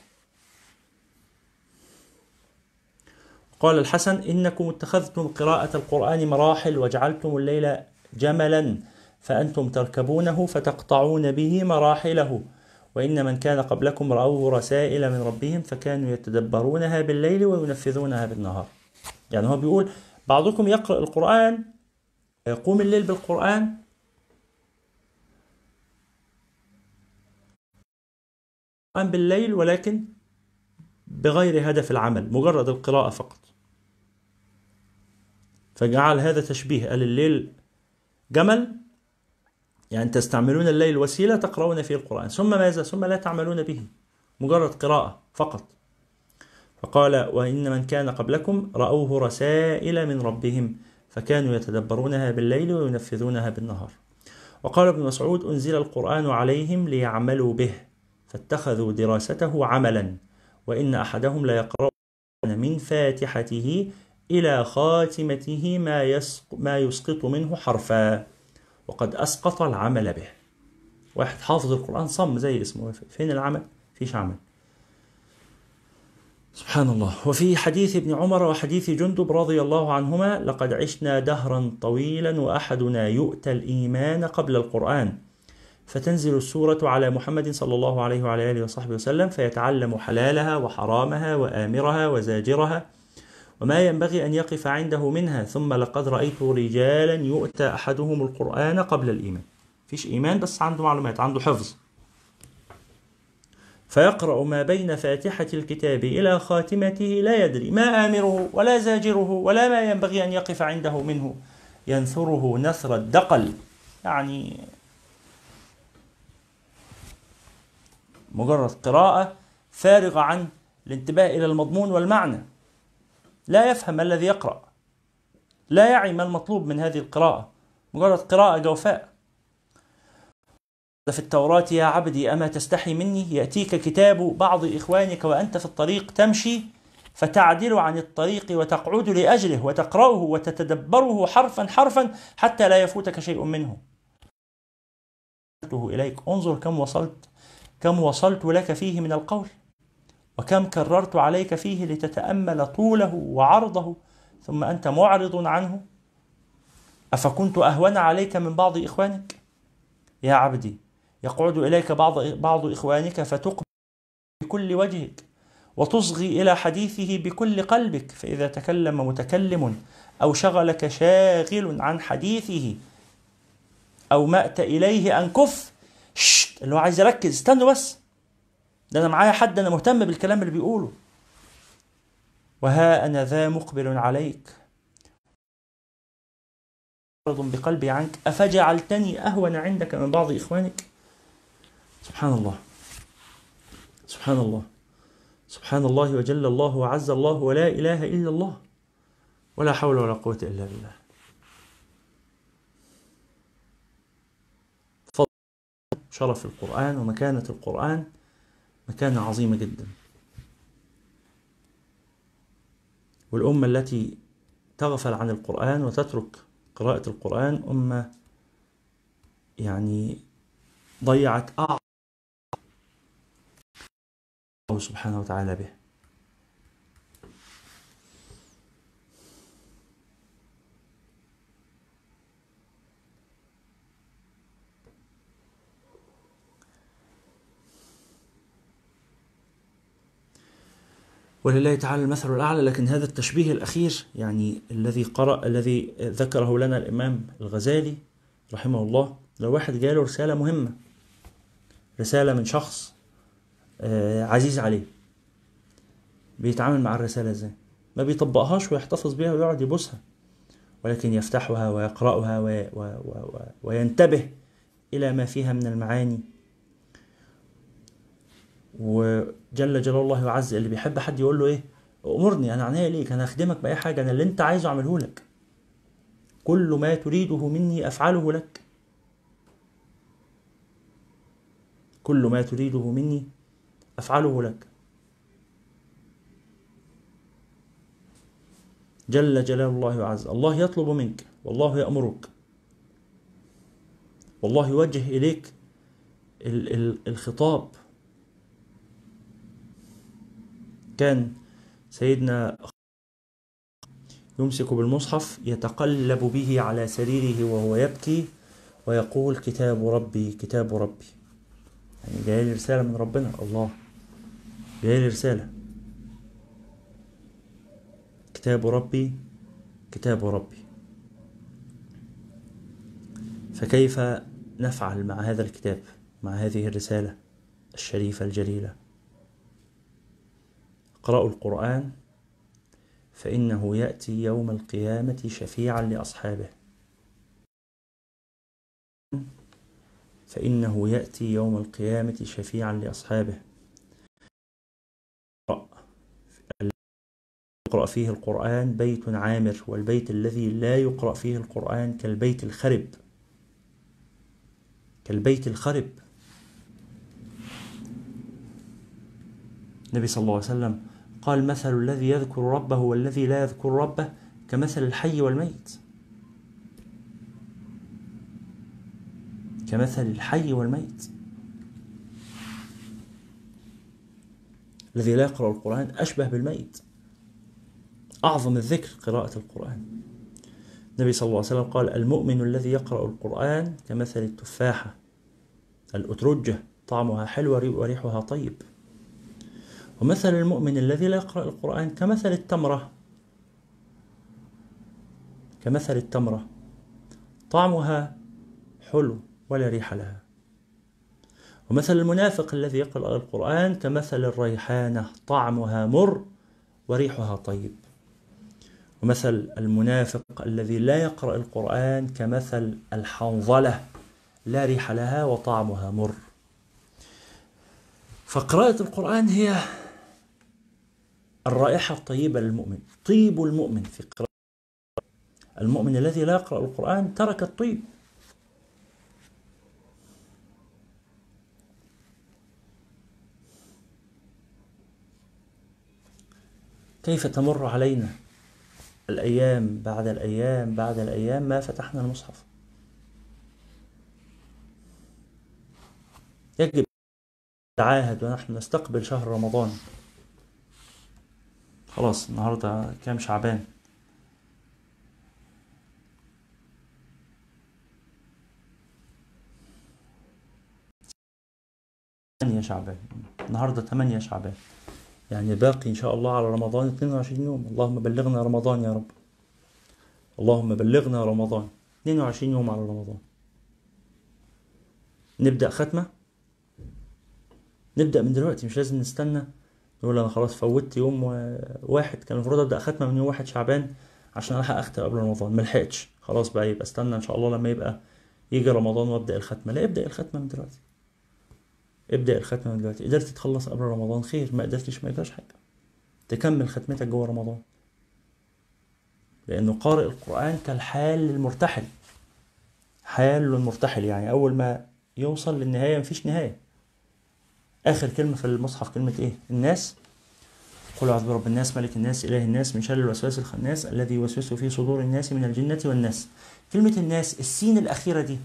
قال الحسن: إنكم اتخذتم قراءة القرآن مراحل، وجعلتم الليل جملا، فأنتم تركبونه فتقطعون به مراحله، وإن من كان قبلكم رأوه رسائل من ربهم فكانوا يتدبرونها بالليل وينفذونها بالنهار. يعني هو بيقول بعضكم يقرأ القرآن، يقوم الليل بالقرآن، بالليل، ولكن بغير هدف العمل، مجرد القراءة فقط. فجعل هذا تشبيه، قال الليل جمل، يعني تستعملون الليل وسيلة تقرؤون فيه القرآن، ثم ماذا؟ ثم لا تعملون به، مجرد قراءة فقط. فقال وإن من كان قبلكم رأوه رسائل من ربهم فكانوا يتدبرونها بالليل وينفذونها بالنهار. وقال ابن مسعود أنزل القرآن عليهم ليعملوا به فاتخذوا دراسته عملا، وإن أحدهم ليقرأ من فاتحته إلى خاتمته ما يسقط منه حرفا، وقد أسقط العمل به. واحد حافظ القرآن صم زي اسمه، فين العمل؟ فيش عمل. سبحان الله. وفي حديث ابن عمر وحديث جندب رضي الله عنهما لقد عشنا دهرا طويلا وأحدنا يؤتى الإيمان قبل القرآن، فتنزل السورة على محمد صلى الله عليه وعلى آله وصحبه وسلم فيتعلم حلالها وحرامها وآمرها وزاجرها وما ينبغي أن يقف عنده منها، ثم لقد رأيت رجالا يؤتى أحدهم القرآن قبل الإيمان. فيش إيمان بس عنده معلومات، عنده حفظ، فيقرأ ما بين فاتحة الكتاب إلى خاتمته لا يدري ما آمره ولا زاجره ولا ما ينبغي أن يقف عنده منه، ينثره نثر الدقل، يعني مجرد قراءة فارغة عن الانتباه إلى المضمون والمعنى، لا يفهم ما الذي يقرأ، لا يعي ما المطلوب من هذه القراءة، مجرد قراءة جوفاء. في التوراة يا عبدي أما تستحي مني، يأتيك كتاب بعض إخوانك وأنت في الطريق تمشي فتعدل عن الطريق وتقعد لأجله وتقرأه وتتدبره حرفا حرفا حتى لا يفوتك شيء منه. إليك انظر كم وصلت لك فيه من القول، وكم كررت عليك فيه لتتأمل طوله وعرضه، ثم أنت معرض عنه. أفكنت أهون عليك من بعض إخوانك؟ يا عبدي يقعد إليك بعض إخوانك فتقبل بكل وجهك وتصغي إلى حديثه بكل قلبك، فإذا تكلم متكلم أو شغلك شاغل عن حديثه أو مأت إليه أنكف، اللي هو عايز يركز، استنوا بس، ده أنا معايا حد أنا مهتم بالكلام اللي بيقوله. وها أنا ذا مقبل عليك بقلبي عنك، أفجعلتني أهون عندك من بعض إخوانك؟ سبحان الله، سبحان الله، سبحان الله وجل الله وعز الله ولا إله إلا الله ولا حول ولا قوة إلا بالله. فضل شرف القرآن ومكانة القرآن مكانة عظيمة جدا، والأمة التي تغفل عن القرآن وتترك قراءة القرآن أمة يعني ضيعت الله سبحانه وتعالى به. ولله تعالى المثل الأعلى. لكن هذا التشبيه الأخير يعني الذي ذكره لنا الإمام الغزالي رحمه الله، لو واحد جاله رسالة مهمة، رسالة من شخص عزيز عليه، بيتعامل مع الرسالة ازاي؟ ما بيطبقهاش ويحتفظ بها ويقعد يبوسها، ولكن يفتحها ويقرأها وينتبه إلى ما فيها من المعاني. وجل جلال الله وعز، اللي بيحب حد يقول له ايه، امرني انا عناية ليك، انا اخدمك باي حاجة، انا اللي انت عايزه اعمله لك، كل ما تريده مني افعله لك، كل ما تريده مني افعله لك. جل جلال الله وعز. الله يطلب منك والله يأمرك، والله يوجه إليك الخطاب. كان سيدنا يمسك بالمصحف يتقلب به على سريره وهو يبكي ويقول كتاب ربي كتاب ربي، يعني جاي لي رسالة من ربنا، الله جاي لي رسالة، كتاب ربي كتاب ربي. فكيف نفعل مع هذا الكتاب، مع هذه الرسالة الشريفة الجليلة؟ اقرأوا القرآن فإنه يأتي يوم القيامة شفيعا لأصحابه، فإنه يأتي يوم القيامة شفيعا لأصحابه. يقرأ فيه القرآن بيت عامر، والبيت الذي لا يقرأ فيه القرآن كالبيت الخرب، كالبيت الخرب. النبي صلى الله عليه وسلم قال: مثل الذي يذكر ربه والذي لا يذكر ربه كمثل الحي والميت، كمثل الحي والميت. الذي لا يقرأ القرآن أشبه بالميت. أعظم الذكر قراءة القرآن. النبي صلى الله عليه وسلم قال: المؤمن الذي يقرأ القرآن كمثل التفاحة الأترجة، طعمها حلو وريحها طيب. ومثل المؤمن الذي لا يقرأ القرآن كمثل التمرة، كمثل التمرة طعمها حلو ولا ريح لها. ومثل المنافق الذي يقرأ القرآن كمثل الريحانة، طعمها مر وريحها طيب. ومثل المنافق الذي لا يقرأ القرآن كمثل الحنظلة، لا ريح لها وطعمها مر. فقراءة القرآن هي الرائحة الطيبة للمؤمن، طيب المؤمن في قراءة. المؤمن الذي لا يقرأ القرآن ترك الطيب. كيف تمر علينا الأيام بعد الأيام بعد الأيام ما فتحنا المصحف. يجب نتعاهد ونحن نستقبل شهر رمضان. خلاص النهاردة كام شعبان؟ شعبان. النهاردة 8 شعبان، يعني باقي إن شاء الله على رمضان 22 يوم. اللهم بلغنا رمضان يا رب، اللهم بلغنا رمضان. 22 يوم على رمضان. نبدأ ختمة، نبدأ من دلوقتي، مش لازم نستنى نقول أنا خلاص فوتت يوم واحد، كان المفروض أبدأ ختمة من يوم 1 شعبان عشان ألحق أختم قبل رمضان، ملحقتش، خلاص بقى يبقى استنى إن شاء الله لما يبقى يجي رمضان وأبدأ الختمة. لا، ابدأ الختمة من دلوقتي، ابدأ الختمة من دلوقتي. قدرت تخلص قبل رمضان خير، ما قدرتش ما يبقاش حاجة، تكمل ختمتك جوه رمضان. لأنه قارئ القرآن كالحال للمرتحل، حال للمرتحل، يعني أول ما يوصل للنهاية مفيش نهاية. آخر كلمة في المصحف كلمة إيه؟ الناس. قل أعوذ برب الناس ملك الناس إله الناس من شر الوسواس الخناس الذي يوسوس في صدور الناس من الجنة والناس. كلمة الناس السين الأخيرة دي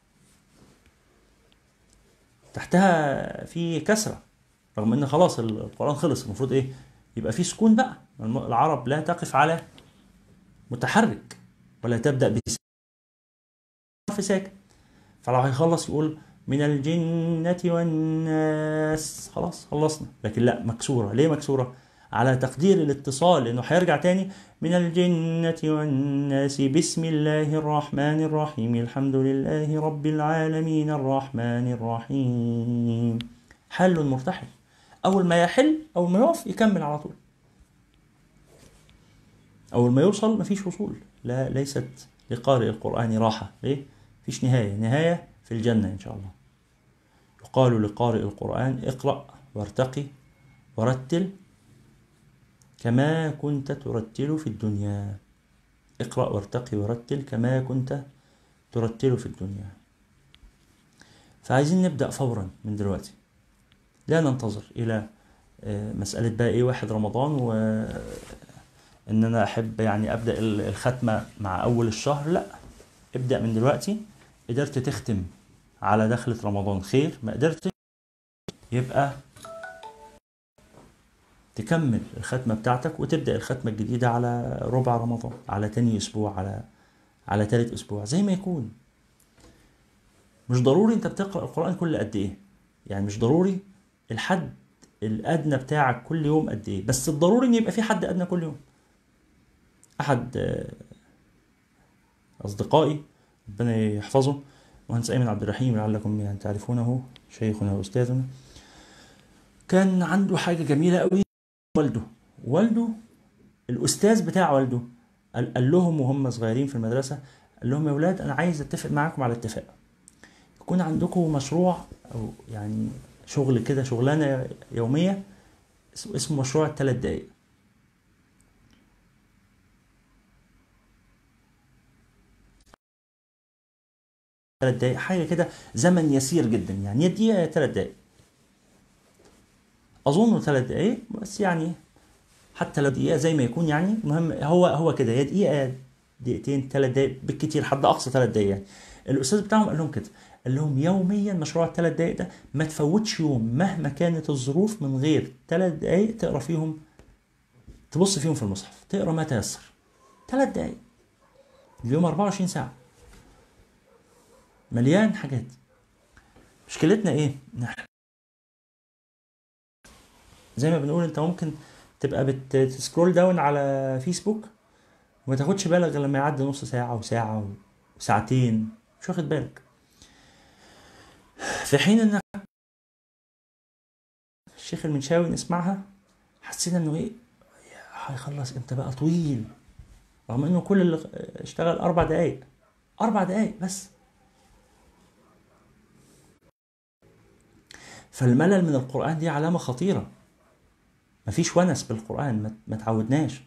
تحتها في كسرة، رغم ان خلاص القرآن خلص، المفروض ايه؟ يبقى في سكون بقى. العرب لا تقف على متحرك ولا تبدأ بحرف ساكن، فلو هيخلص يقول من الجنة والناس، خلاص خلصنا. لكن لا، مكسورة. ليه مكسورة؟ على تقدير الاتصال، لانه هيرجع تاني من الجنة والناس بسم الله الرحمن الرحيم الحمد لله رب العالمين الرحمن الرحيم. حل مرتحل، اول ما يحل اول ما يقف يكمل على طول، اول ما يوصل مفيش وصول. لا، ليست لقارئ القرآن راحة. ليه؟ مفيش نهاية، نهاية في الجنة ان شاء الله. يقال لقارئ القرآن اقرأ وارتقي ورتل كما كنت ترتل في الدنيا. اقرأ وارتقي ورتل كما كنت ترتل في الدنيا. فعايزين نبدأ فورا من دلوقتي، لا ننتظر إلى مسألة بقى إيه 1 رمضان وإن أنا أحب يعني أبدأ الختمة مع أول الشهر. لا، ابدأ من دلوقتي. قدرت تختم على دخلة رمضان خير، ما قدرتش يبقى تكمل الختمة بتاعتك وتبدأ الختمة الجديدة على ربع رمضان، على تاني أسبوع، على تالت أسبوع، زي ما يكون. مش ضروري أنت بتقرأ القرآن كل قد إيه، يعني مش ضروري الحد الأدنى بتاعك كل يوم قد إيه، بس الضروري إن يبقى في حد أدنى كل يوم. أحد أصدقائي ربنا يحفظه مهندس أيمن عبد الرحيم، لعلكم يعني تعرفونه، شيخنا وأستاذنا، كان عنده حاجة جميلة قوي. والده الأستاذ بتاع والده قال لهم وهم صغيرين في المدرسة، قال لهم يا ولاد أنا عايز أتفق معاكم على اتفاق، يكون عندكم مشروع أو يعني شغل كده، شغلانة يومية اسمه مشروع ال3 دقايق. 3 دقايق، حاجة كده زمن يسير جدا، يعني يا دقيقة يا 3 دقايق. أظن 3 دقايق بس، يعني حتى لو دقيقة زي ما يكون، يعني المهم هو كده، يا دقيقة يا دقيقتين، 3 دقايق بالكتير، حد أقصى 3 دقايق يعني. الأستاذ بتاعهم قال لهم كده، قال لهم يوميا مشروع ال3 دقايق ده ما تفوتش يوم مهما كانت الظروف من غير 3 دقايق تقرا فيهم، تبص فيهم في المصحف، تقرا ما تيسر. 3 دقايق، اليوم 24 ساعة، مليان حاجات. مشكلتنا ايه؟ زي ما بنقول، انت ممكن تبقى بتسكرول داون على فيسبوك وما تاخدش بالك غير لما يعدي نص ساعة وساعة وساعتين، مش واخد بالك. في حين ان الشيخ المنشاوي نسمعها حسينا انه ايه، هيخلص امتى بقى، طويل، رغم انه كل اللي اشتغل 4 دقايق، 4 دقايق بس. فالملل من القرآن دي علامة خطيرة، مفيش ونس بالقرآن، ما تعودناش،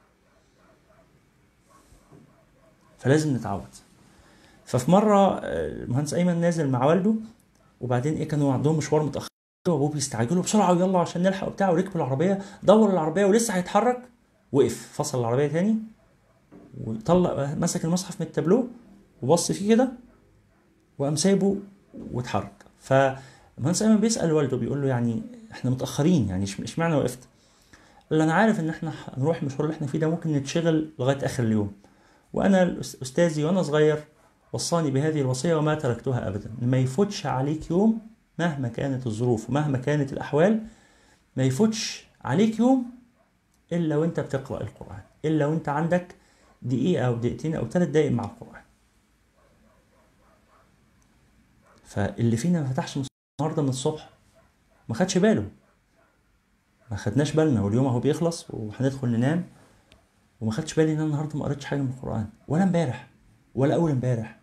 فلازم نتعود. ففي مرة المهندس أيمن نازل مع والده، وبعدين ايه، كانوا عندهم مشوار متأخر، وابوه بيستعجلوا بسرعة ويلا عشان نلحق وبتاع، وركبوا العربية، دور العربية ولسه هيتحرك، وقف، فصل العربية تاني، وطلع مسك المصحف من التابلو وبص فيه كده، وقام سايبه واتحرك. فالمهندس ايمن بيسأل والده، بيقول له يعني احنا متأخرين، يعني اشمعنى وقفت؟ قال له انا عارف ان احنا هنروح المشوار اللي احنا فيه ده ممكن نتشغل لغاية اخر اليوم، وانا استاذي وانا صغير وصاني بهذه الوصية وما تركتها ابدا، ما يفوتش عليك يوم مهما كانت الظروف ومهما كانت الاحوال، ما يفوتش عليك يوم الا وانت بتقرأ القرآن، الا وانت عندك دقيقة او دقيقتين او 3 دقايق مع القرآن. فاللي فينا ما فتحش النهارده من الصبح ما خدش باله، ما خدناش بالنا، واليوم اهو بيخلص وهندخل ننام، وما خدش بالي ان انا النهارده ما قريتش حاجه من القران، ولا امبارح ولا اول امبارح.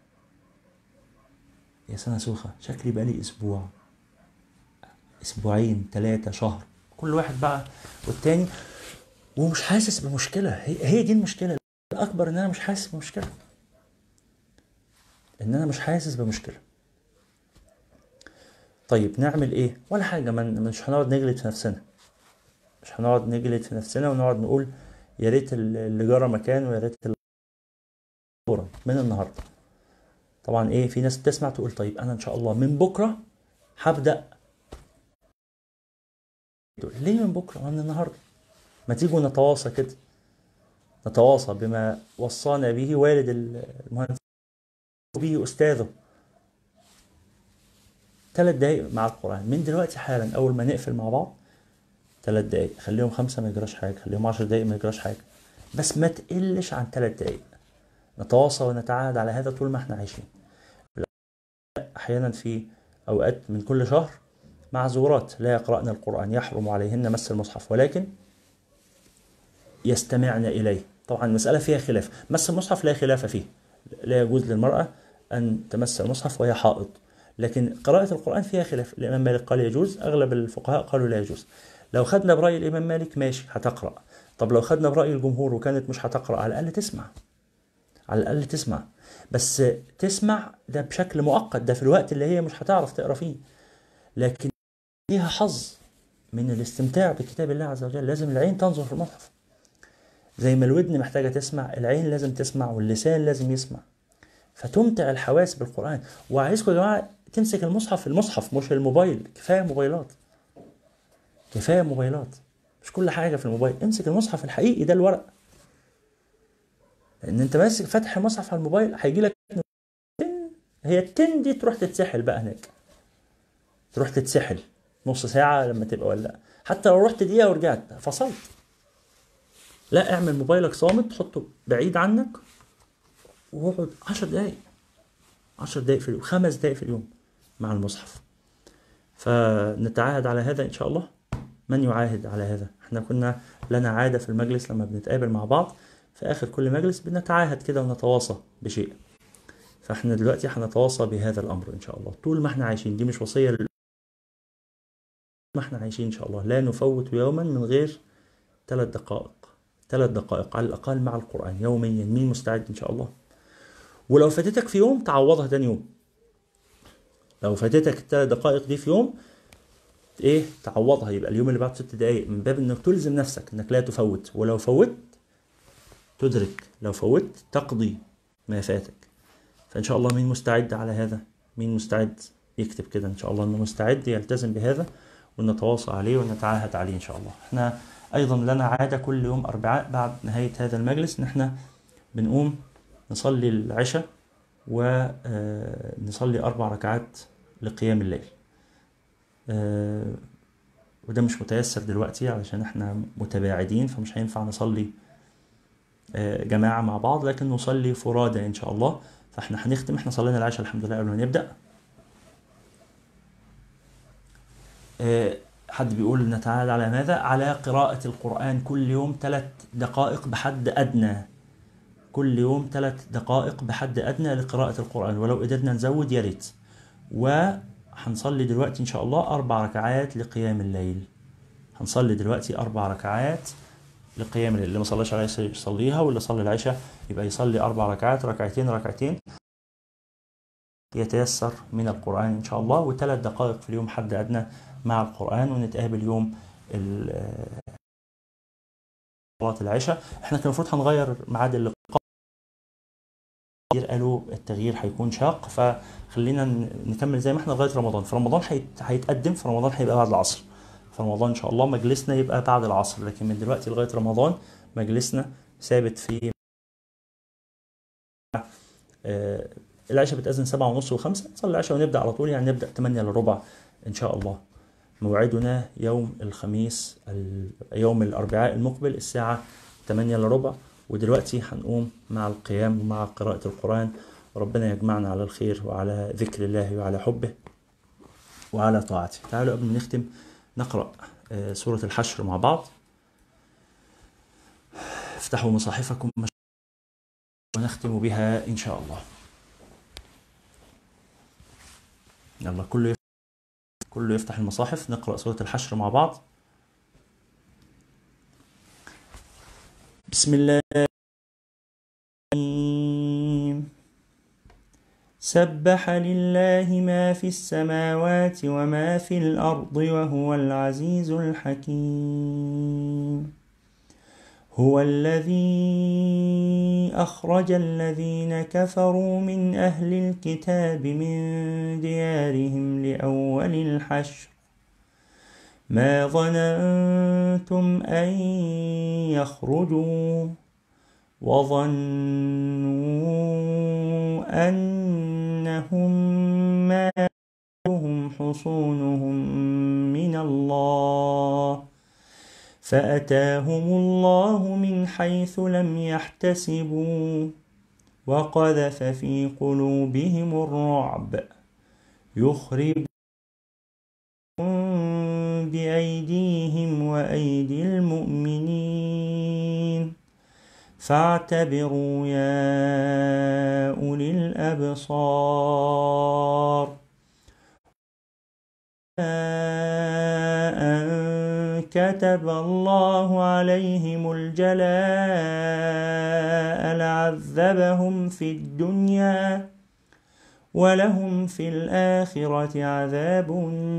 يا سنه سوخه، شكلي بقالي اسبوع، اسبوعين، 3 شهر، كل واحد بقى والتاني، ومش حاسس بمشكله. هي دي المشكله الاكبر، ان انا مش حاسس بمشكله، ان انا مش حاسس بمشكله. طيب نعمل ايه؟ ولا حاجه، مش هنقعد نجلد في نفسنا، مش هنقعد نجلد في نفسنا ونقعد نقول يا ريت اللي جرى مكان، ويا ريت من النهارده. طبعا ايه، في ناس بتسمع تقول طيب انا ان شاء الله من بكره هبدا. ليه من بكره؟ من النهارده. ما تيجوا نتواصى كده، نتواصى بما وصانا به والد المهندس به استاذه. 3 دقايق مع القران من دلوقتي حالا، اول ما نقفل مع بعض 3 دقايق، خليهم 5 ما يجراش حاجه، خليهم 10 دقايق ما يجراش حاجه، بس ما تقلش عن 3 دقايق. نتواصى ونتعاهد على هذا طول ما احنا عايشين. احيانا في اوقات من كل شهر معذورات لا يقرأن القرآن، يحرم عليهن مس المصحف، ولكن يستمعن إليه. طبعا المسألة فيها خلاف، مس المصحف لا خلاف فيه، لا يجوز للمرأة أن تمس المصحف وهي حائض، لكن قراءة القرآن فيها خلاف. الإمام مالك قال يجوز، أغلب الفقهاء قالوا لا يجوز. لو خدنا برأي الإمام مالك ماشي، هتقرأ. طب لو خدنا برأي الجمهور وكانت مش هتقرأ، على الأقل تسمع، على الأقل تسمع، بس تسمع ده بشكل مؤقت، ده في الوقت اللي هي مش هتعرف تقرأ فيه، لكن ليها حظ من الاستمتاع بكتاب الله عز وجل. لازم العين تنظر في المصحف، زي ما الودن محتاجة تسمع، العين لازم تسمع، واللسان لازم يسمع، فتمتع الحواس بالقرآن. وعايزكم يا جماعة تمسك المصحف، المصحف مش الموبايل، كفاية موبايلات، كفاية موبايلات، مش كل حاجة في الموبايل. امسك المصحف الحقيقي ده، الورق، لأن أنت ماسك فتح المصحف على الموبايل هيجي لك تن، هي التن دي تروح تتسحل بقى هناك، تروح تتسحل نص ساعة لما تبقى، ولا حتى لو رحت دقيقة ورجعت فصلت. لا، اعمل موبايلك صامت، حطه بعيد عنك، واقعد 10 دقايق، 10 دقايق في اليوم، 5 دقايق في اليوم مع المصحف. فنتعاهد على هذا إن شاء الله. من يعاهد على هذا؟ احنا كنا لنا عادة في المجلس لما بنتقابل مع بعض في آخر كل مجلس بنتعاهد كده ونتواصى بشيء، فاحنا دلوقتي هنتواصى بهذا الأمر إن شاء الله طول ما احنا عايشين. دي مش وصية ما احنا عايشين إن شاء الله لا نفوت يوما من غير 3 دقائق، 3 دقائق على الأقل مع القرآن يوميا. مين مستعد إن شاء الله؟ ولو فاتتك في يوم تعوضها تاني يوم، لو فاتتك ال3 دقائق دي في يوم ايه تعوضها، يبقى اليوم اللي بعده 6 دقائق، من باب انك تلزم نفسك انك لا تفوت، ولو فوت تدرك، لو فوت تقضي ما فاتك. فان شاء الله مين مستعد على هذا؟ مين مستعد يكتب كده ان شاء الله انه مستعد يلتزم بهذا، ونتواصى عليه ونتعاهد عليه ان شاء الله. احنا ايضا لنا عادة كل يوم اربعاء بعد نهاية هذا المجلس ان احنا بنقوم نصلي العشاء ونصلي 4 ركعات لقيام الليل. وده مش متيسر دلوقتي علشان احنا متباعدين، فمش هينفع نصلي جماعة مع بعض، لكن نصلي فرادى ان شاء الله. فاحنا هنختم، احنا صلينا العشاء الحمد لله قبل ما نبدأ. حد بيقول نتعاهد على ماذا؟ على قراءة القرآن كل يوم 3 دقائق بحد أدنى، كل يوم 3 دقائق بحد أدنى لقراءة القرآن، ولو قدرنا نزود يا ريت. وهنصلي دلوقتي إن شاء الله 4 ركعات لقيام الليل. هنصلي دلوقتي 4 ركعات لقيام الليل، اللي ما صلىش العشاء يصليها، واللي صلى العشاء يبقى يصلي 4 ركعات، ركعتين ركعتين يتيسر من القرآن إن شاء الله، و3 دقائق في اليوم حد أدنى مع القرآن. ونتقابل يوم صلاة العشاء. احنا كان المفروض هنغير ميعاد اللقاء، قالوا التغيير هيكون شاق، فخلينا نكمل زي ما احنا لغاية رمضان. في رمضان هيتقدم، في رمضان هيبقى بعد العصر، في رمضان إن شاء الله مجلسنا يبقى بعد العصر، لكن من دلوقتي لغاية رمضان مجلسنا ثابت في العشاء بتأذن 7:30 و5، نصلي العشاء ونبدأ على طول، يعني نبدأ 8:15 إن شاء الله. موعدنا يوم الخميس يوم الأربعاء المقبل الساعة 8:15. ودلوقتي هنقوم مع القيام ومع قراءة القرآن، وربنا يجمعنا على الخير وعلى ذكر الله وعلى حبه وعلى طاعته. تعالوا قبل ما نختم نقرأ سورة الحشر مع بعض. افتحوا مصاحفكم ونختم بها إن شاء الله. يلا كله يفتح المصاحف، نقرأ سورة الحشر مع بعض. بسم الله سبح لله ما في السماوات وما في الأرض وهو العزيز الحكيم. هو الذي أخرج الذين كفروا من أهل الكتاب من ديارهم لأول الحشر ما ظننتم أن يخرجوا وظنوا أنهم مانعتهم حصونهم من الله فأتاهم الله من حيث لم يحتسبوا وقذف في قلوبهم الرعب يخربون بأيديهم وأيدي المؤمنين فاعتبروا يا أولي الأبصار. أن كتب الله عليهم الجلاء لعذبهم في الدنيا ولهم في الآخرة عذاب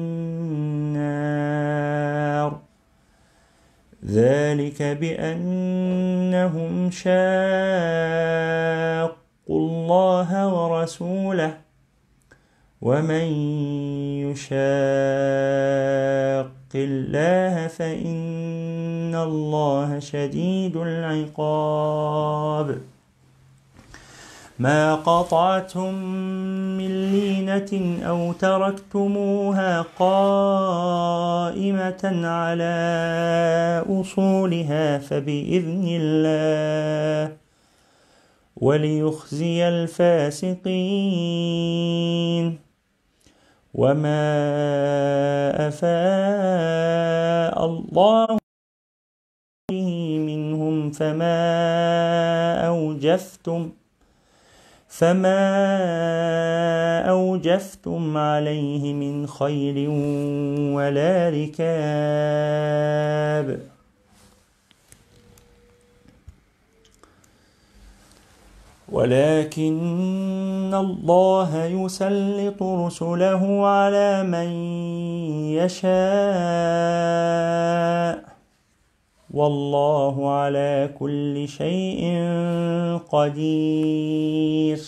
النار ذلك بأنهم شاقوا الله ورسوله ومن يشاق الله فإن الله شديد العقاب. ما قطعتم من لينة أو تركتموها قائمة على أصولها فبإذن الله وليخزي الفاسقين. وما أفاء الله به منهم فما أوجفتم عليه من خيل ولا ركاب. ولكن الله يسلط رسله على من يشاء والله على كل شيء قدير.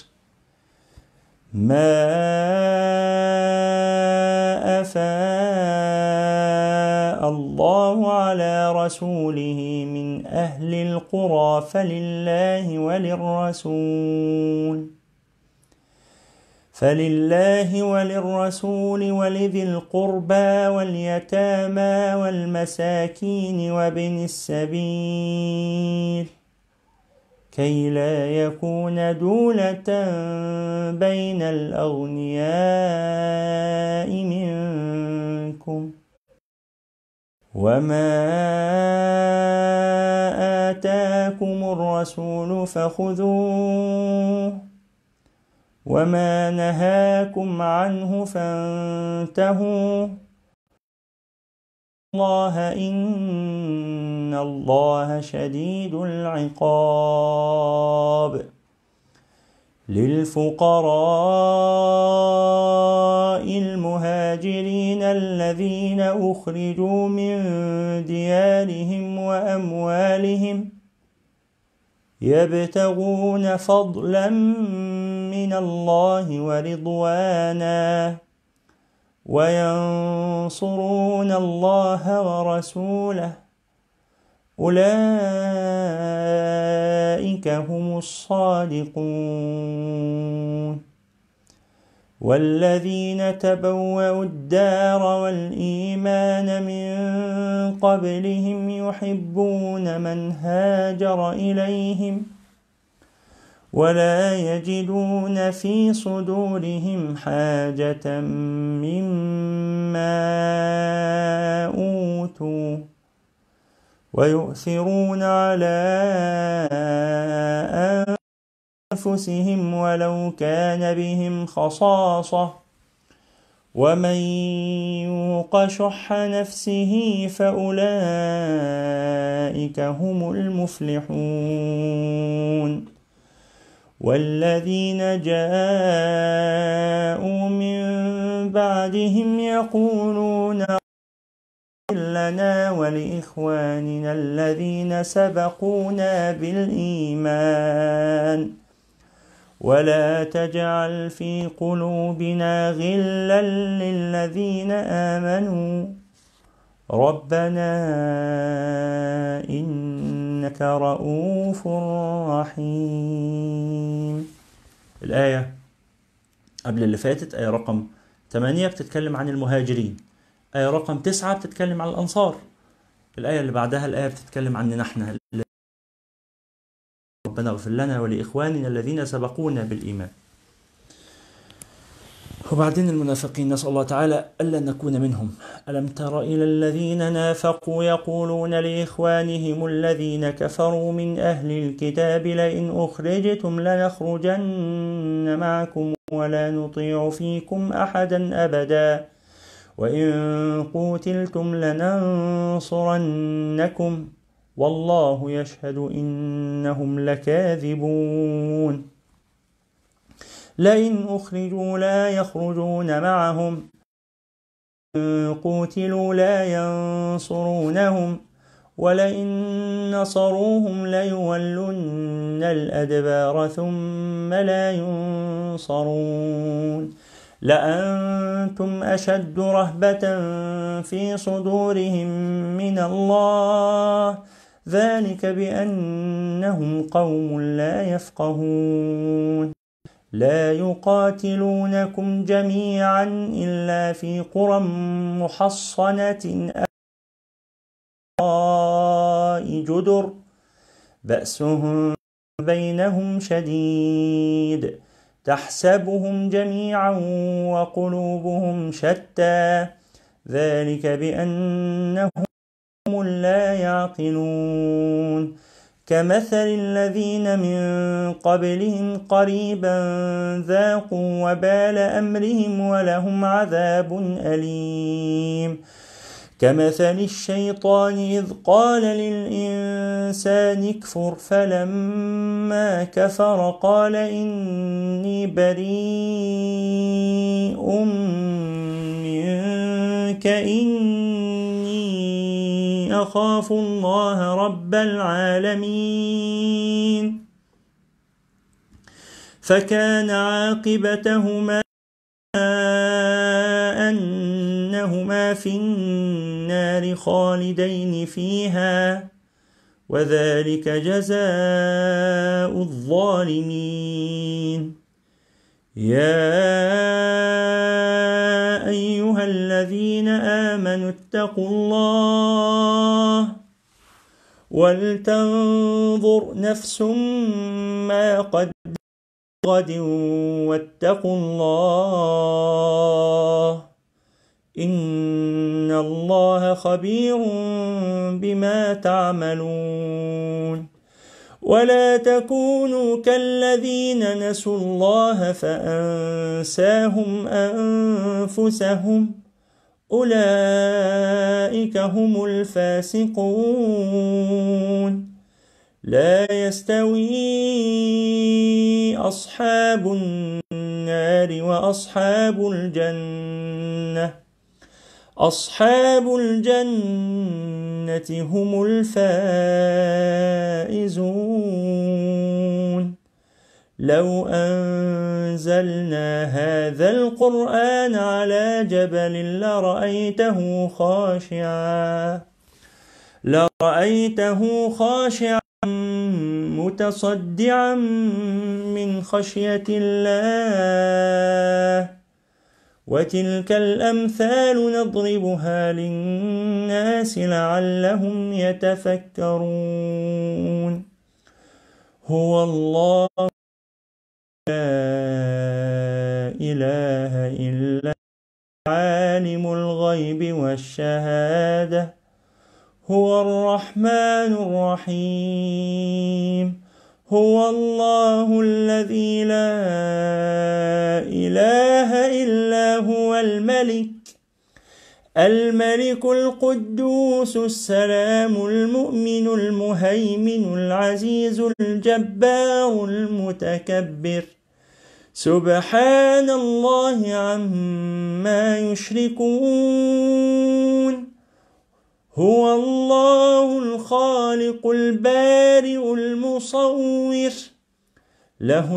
ما أفاء الله على رسوله من أهل القرى فلله وللرسول ولذي القربى واليتامى والمساكين وابن السبيل كي لا يكون دولة بين الأغنياء منكم. وما آتاكم الرسول فخذوه وما نهاكم عنه فانتهوا إن الله شديد العقاب. للفقراء المهاجرين الذين أخرجوا من ديارهم وأموالهم يبتغون فضلا من الله ورضوانا وينصرون الله ورسوله أولئك هم الصادقون. والذين تبوأوا الدار والإيمان من قبلهم يحبون من هاجر إليهم ولا يجدون في صدورهم حاجة مما أوتوا ويؤثرون على أنفسهم ولو كان بهم خصاصة ومن يوق شح نفسه فأولئك هم المفلحون. والذين جاءوا من بعدهم يقولون لنا ولإخواننا الذين سبقونا بالإيمان ولا تجعل في قلوبنا غلا للذين آمنوا ربنا إنك رؤوف رحيم. الآية قبل اللي فاتت آية رقم 8 بتتكلم عن المهاجرين، آية رقم 9 بتتكلم عن الأنصار، الآية اللي بعدها الآية بتتكلم عننا احنا، ربنا اغفر لنا ولإخواننا الذين سبقونا بالإيمان. وبعدين المنافقين نسأل الله تعالى ألا نكون منهم. ألم تر إلى الذين نافقوا يقولون لإخوانهم الذين كفروا من أهل الكتاب لئن أخرجتم لنخرجن معكم ولا نطيع فيكم أحدا أبدا وإن قوتلتم لننصرنكم والله يشهد إنهم لكاذبون. لئن أخرجوا لا يخرجون معهم إن قوتلوا لا ينصرونهم ولئن نصروهم ليولن الأدبار ثم لا ينصرون. لأنتم أشد رهبة في صدورهم من الله ذلك بأنهم قوم لا يفقهون. لا يقاتلونكم جميعا إلا في قرى محصنة أو جدر بأسهم بينهم شديد تحسبهم جميعا وقلوبهم شتى ذلك بأنهم لا يعقلون. كمثل الذين من قبلهم قريبا ذاقوا وبال أمرهم ولهم عذاب أليم. كمثل الشيطان إذ قال للإنسان اكفر فلما كفر قال إني بريء منك إني أخاف الله رب العالمين فكان عاقبتهما أنهما في النار خالدين فيها وذلك جزاء الظالمين يا أيها الذين آمنوا اتقوا الله ولتنظر نفس ما قدمت غد واتقوا الله إن الله خبير بما تعملون ولا تكونوا كالذين نسوا الله فأنساهم أنفسهم أولئك هم الفاسقون لا يستوي أصحاب النار وأصحاب الجنة أصحاب الجنة هم الفائزون لو أنزلنا هذا القرآن على جبل لرأيته خاشعا متصدعا من خشية الله وتلك الأمثال نضربها للناس لعلهم يتفكرون هو الله لا إله إلا عالم الغيب والشهادة هو الرحمن الرحيم هو الله الذي لا إله إلا هو الملك القدوس السلام المؤمن المهيمن العزيز الجبار المتكبر سبحان الله عما يشركون هو الله الخالق البارئ المصور له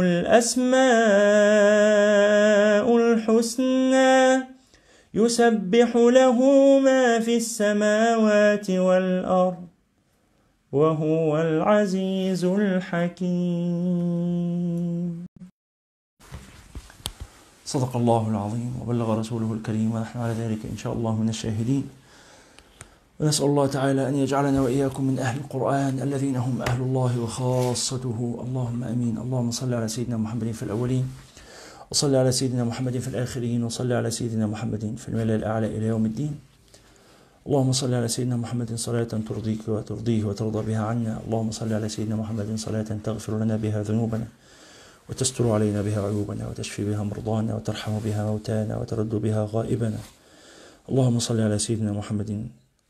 الأسماء الحسنى يسبح له ما في السماوات والأرض وهو العزيز الحكيم. صدق الله العظيم وبلغ رسوله الكريم ونحن على ذلك إن شاء الله من الشاهدين، ونسأل الله تعالى أن يجعلنا وإياكم من أهل القرآن الذين هم أهل الله وخاصته، اللهم أمين. اللهم صل على سيدنا محمد في الأولين وصل على سيدنا محمد في الآخرين وصل على سيدنا محمد في الملأ الأعلى إلى يوم الدين. اللهم صل على سيدنا محمد صلاة ترضيك وترضيه وترضى بها عنا. اللهم صل على سيدنا محمد صلاة تغفر لنا بها ذنوبنا وتستر علينا بها عيوبنا وتشفي بها مرضانا وترحم بها موتانا وترد بها غائبنا. اللهم صل على سيدنا محمد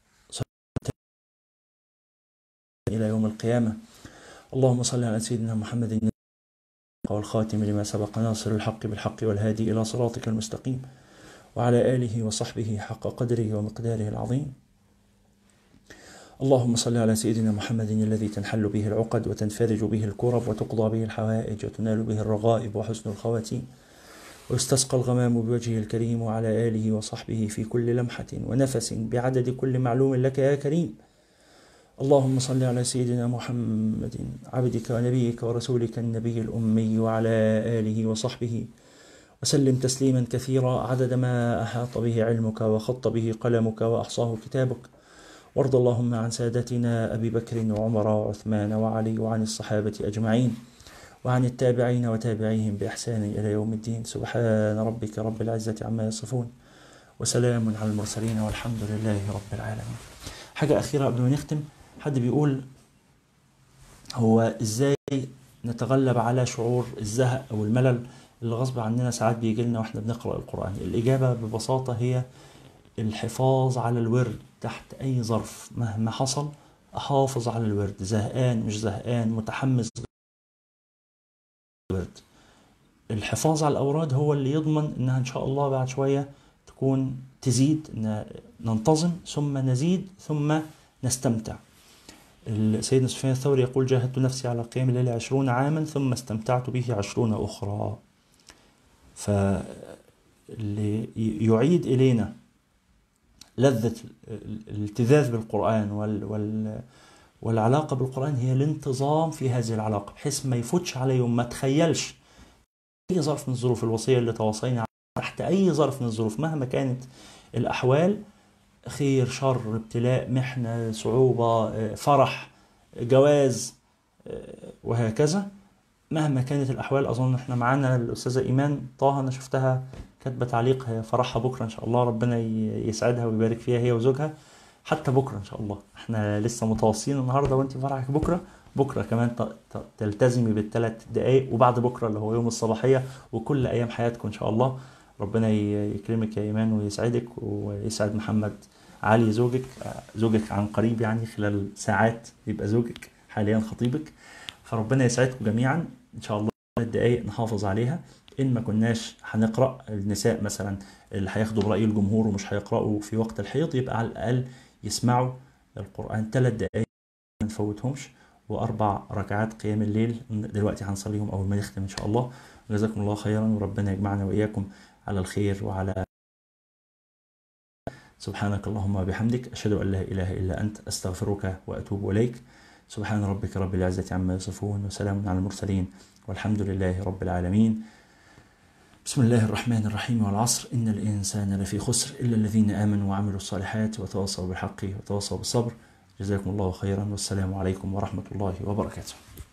إلى يوم القيامة. اللهم صل على سيدنا محمد والخاتم لما سبق ناصر الحق بالحق والهادي إلى صراطك المستقيم وعلى آله وصحبه حق قدره ومقداره العظيم. اللهم صل على سيدنا محمد الذي تنحل به العقد وتنفرج به الكرب وتقضى به الحوائج وتنال به الرغائب وحسن الخواتيم ويستسقى الغمام بوجهه الكريم وعلى آله وصحبه في كل لمحة ونفس بعدد كل معلوم لك يا كريم. اللهم صل على سيدنا محمد عبدك ونبيك ورسولك النبي الأمي وعلى آله وصحبه وسلم تسليما كثيرا عدد ما أحاط به علمك وخط به قلمك وأحصاه كتابك. وارض اللهم عن سادتنا أبي بكر وعمر وعثمان وعلي وعن الصحابة أجمعين وعن التابعين وتابعيهم بإحسان إلى يوم الدين. سبحان ربك رب العزة عما يصفون وسلام على المرسلين والحمد لله رب العالمين. حاجة أخيرة قبل ما نختم، حد بيقول هو إزاي نتغلب على شعور الزهق أو الملل اللي غصب عننا ساعات بيجي لنا وإحنا بنقرأ القرآن؟ الإجابة ببساطة هي الحفاظ على الورد. تحت أي ظرف مهما حصل أحافظ على الورد، زهقان مش زهقان، متحمس الورد. الحفاظ على الأوراد هو اللي يضمن إنها إن شاء الله بعد شوية تكون تزيد، ننتظم ثم نزيد ثم نستمتع. سيدنا سفيان الثوري يقول: جاهدت نفسي على قيام الليل 20 عاما ثم استمتعت به 20 أخرى. فاللي يعيد إلينا لذة الالتذاذ بالقرآن والعلاقة بالقرآن هي الانتظام في هذه العلاقة، بحيث ما يفوتش على يوم ما تخيلش أي ظرف من الظروف الوصية اللي تواصينا تحت أي ظرف من الظروف مهما كانت الأحوال، خير شر ابتلاء محنة صعوبة فرح جواز وهكذا، مهما كانت الأحوال. أظن إحنا معانا الأستاذة إيمان طه، أنا شفتها كاتبة تعليق هي فرحها بكرة إن شاء الله، ربنا يسعدها ويبارك فيها هي وزوجها. حتى بكرة إن شاء الله، إحنا لسه متواصلين النهاردة وأنت فرحك بكرة، بكرة كمان تلتزمي بالثلاث دقايق، وبعد بكرة اللي هو يوم الصباحية، وكل أيام حياتكم إن شاء الله. ربنا يكرمك يا إيمان ويسعدك ويسعد محمد علي زوجك عن قريب، يعني خلال ساعات يبقى زوجك، حاليا خطيبك. فربنا يسعدكم جميعا إن شاء الله. 3 دقايق نحافظ عليها، إن ما كناش هنقرأ، النساء مثلا اللي هياخدوا برأي الجمهور ومش هيقرأوا في وقت الحيض، يبقى على الأقل يسمعوا القرآن 3 دقايق ما نفوتهمش، و4 ركعات قيام الليل دلوقتي هنصليهم أول ما نختم إن شاء الله. جزاكم الله خيرا، وربنا يجمعنا وإياكم على الخير وعلى. سبحانك اللهم وبحمدك، أشهد أن لا إله إلا أنت، أستغفرك وأتوب إليك. سبحان ربك رب العزة عما يصفون، وسلام على المرسلين، والحمد لله رب العالمين. بسم الله الرحمن الرحيم. والعصر إن الإنسان لفي خسر إلا الذين آمنوا وعملوا الصالحات وتواصوا بالحق وتواصوا بالصبر. جزاكم الله خيرا، والسلام عليكم ورحمة الله وبركاته.